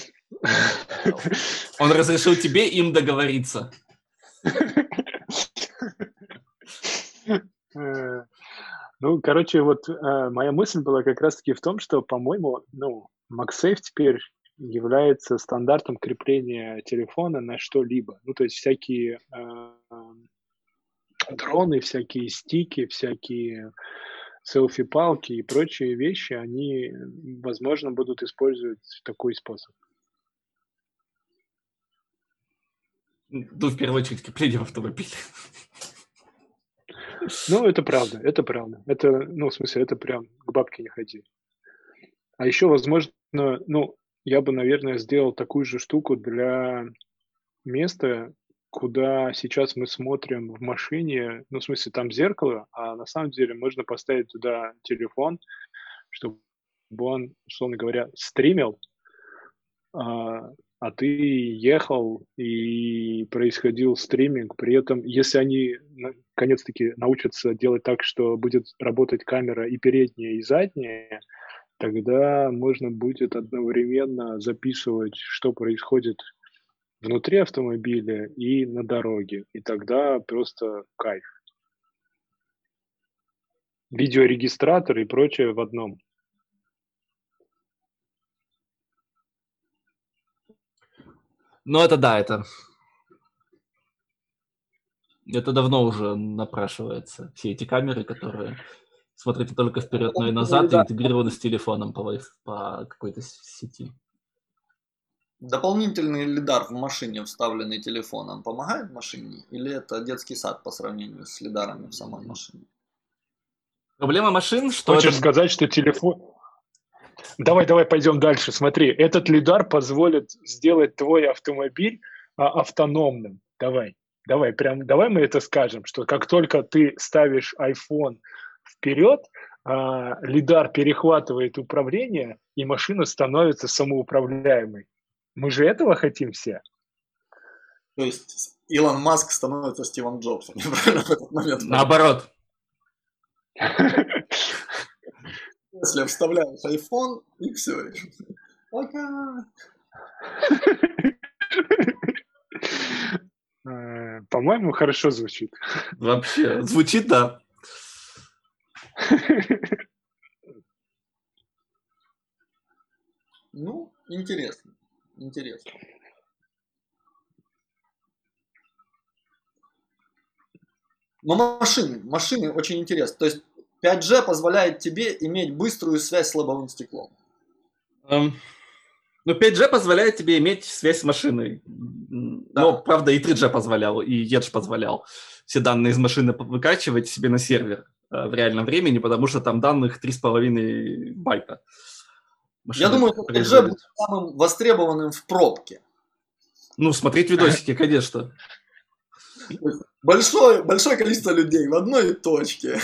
S1: он разрешил тебе им договориться.
S2: Э, Ну, короче, вот э, моя мысль была как раз-таки в том, что, по-моему, ну, MagSafe теперь является стандартом крепления телефона на что-либо. Ну, то есть всякие э, дроны, всякие стики, всякие селфи-палки и прочие вещи, они, возможно, будут использовать такой способ.
S1: Ну, в первую очередь, крепление в автомобиле.
S2: Ну, это правда, это правда. Это, ну, в смысле, это прям к бабке не ходи. А еще, возможно, ну, я бы, наверное, сделал такую же штуку для места, куда сейчас мы смотрим в машине. Ну, в смысле, там зеркало, а на самом деле можно поставить туда телефон, чтобы он, условно говоря, стримил, а, а ты ехал и происходил стриминг. При этом, если они наконец-таки научатся делать так, что будет работать камера и передняя, и задняя, тогда можно будет одновременно записывать, что происходит внутри автомобиля и на дороге. И тогда просто кайф. Видеорегистратор и прочее в одном.
S1: Ну, это да, это... Это давно уже напрашивается. Все эти камеры, которые смотрят не только вперед, но и назад, и интегрированы с телефоном по, по какой-то сети.
S4: Дополнительный лидар в машине, вставленный телефоном, помогает машине? Или это детский сад по сравнению с лидарами в самой машине?
S1: Проблема машин, что...
S2: Хочешь
S1: это...
S2: сказать, что телефон... Давай, давай, пойдем дальше. Смотри, этот лидар позволит сделать твой автомобиль а, автономным. Давай, давай, прям, давай мы это скажем, что как только ты ставишь iPhone вперед, а, лидар перехватывает управление, и машина становится самоуправляемой. Мы же этого хотим все.
S4: То есть Илон Маск становится Стивом Джобсом, правильно в этот момент?
S1: Наоборот.
S4: Если вставляешь iPhone, и все. Пока.
S2: По-моему, хорошо звучит.
S1: Вообще, звучит, да.
S4: Ну, интересно. Интересно. Но машины, машины очень интересны. То есть пять джи позволяет тебе иметь быструю связь с лобовым стеклом.
S1: Um, ну, пять джи позволяет тебе иметь связь с машиной. Да. Но, правда, и три джи позволял, и Edge позволял все данные из машины выкачивать себе на сервер э, в реальном времени, потому что там данных три с половиной байта.
S4: Машина Я думаю, что пять джи будет самым востребованным в пробке.
S1: Ну, смотреть видосики, конечно.
S4: Большое, большое количество людей в одной точке.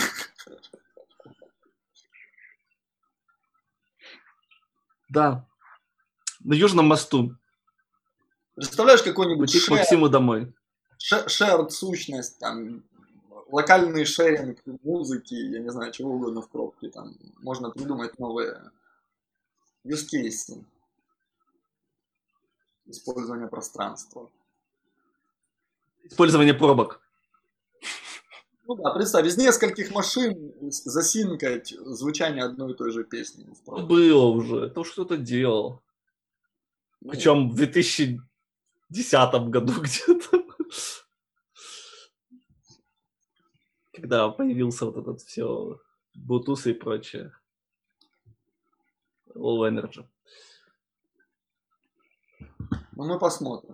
S1: Да. На Южном мосту.
S4: Представляешь, какой-нибудь
S1: шер... Максиму домой.
S4: Шерд сущность, там, локальный шеринг музыки, я не знаю, чего угодно в пробке. Там можно придумать новые use cases. Использование пространства.
S1: Использование пробок.
S4: Ну да, представь, из нескольких машин засинкать звучание одной и той же песни.
S1: Было уже, это уж кто-то делал. Ну, причем в две тысячи десятом году где-то. Когда появился вот этот все, Bluetooth и прочее. Low Energy.
S4: Ну мы посмотрим.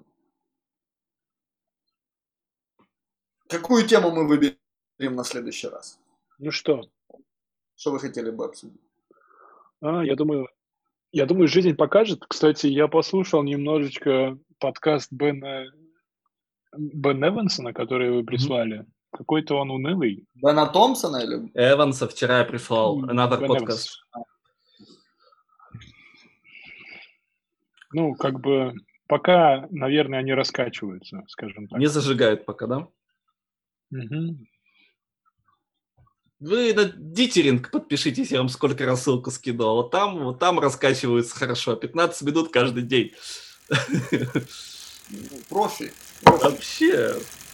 S4: Какую тему мы выберем на следующий раз?
S2: Ну что?
S4: Что вы хотели бы обсудить?
S2: А, я думаю, я думаю, жизнь покажет. Кстати, я послушал немножечко подкаст Бена, Бена Эвансона, который вы прислали. Mm-hmm. Какой-то он унылый.
S4: Бена Томпсона или?
S1: Эванса вчера я прислал. Another
S2: Бен
S1: подкаст.
S2: Эванс. Ну, как бы, пока, наверное, они раскачиваются, скажем так.
S1: Не зажигают пока, да?
S2: Угу.
S1: Вы на Дитеринг подпишитесь, я вам сколько раз ссылку скидывал. Вот там, вот там раскачиваются хорошо. пятнадцать минут каждый день.
S4: Профи.
S1: Вообще.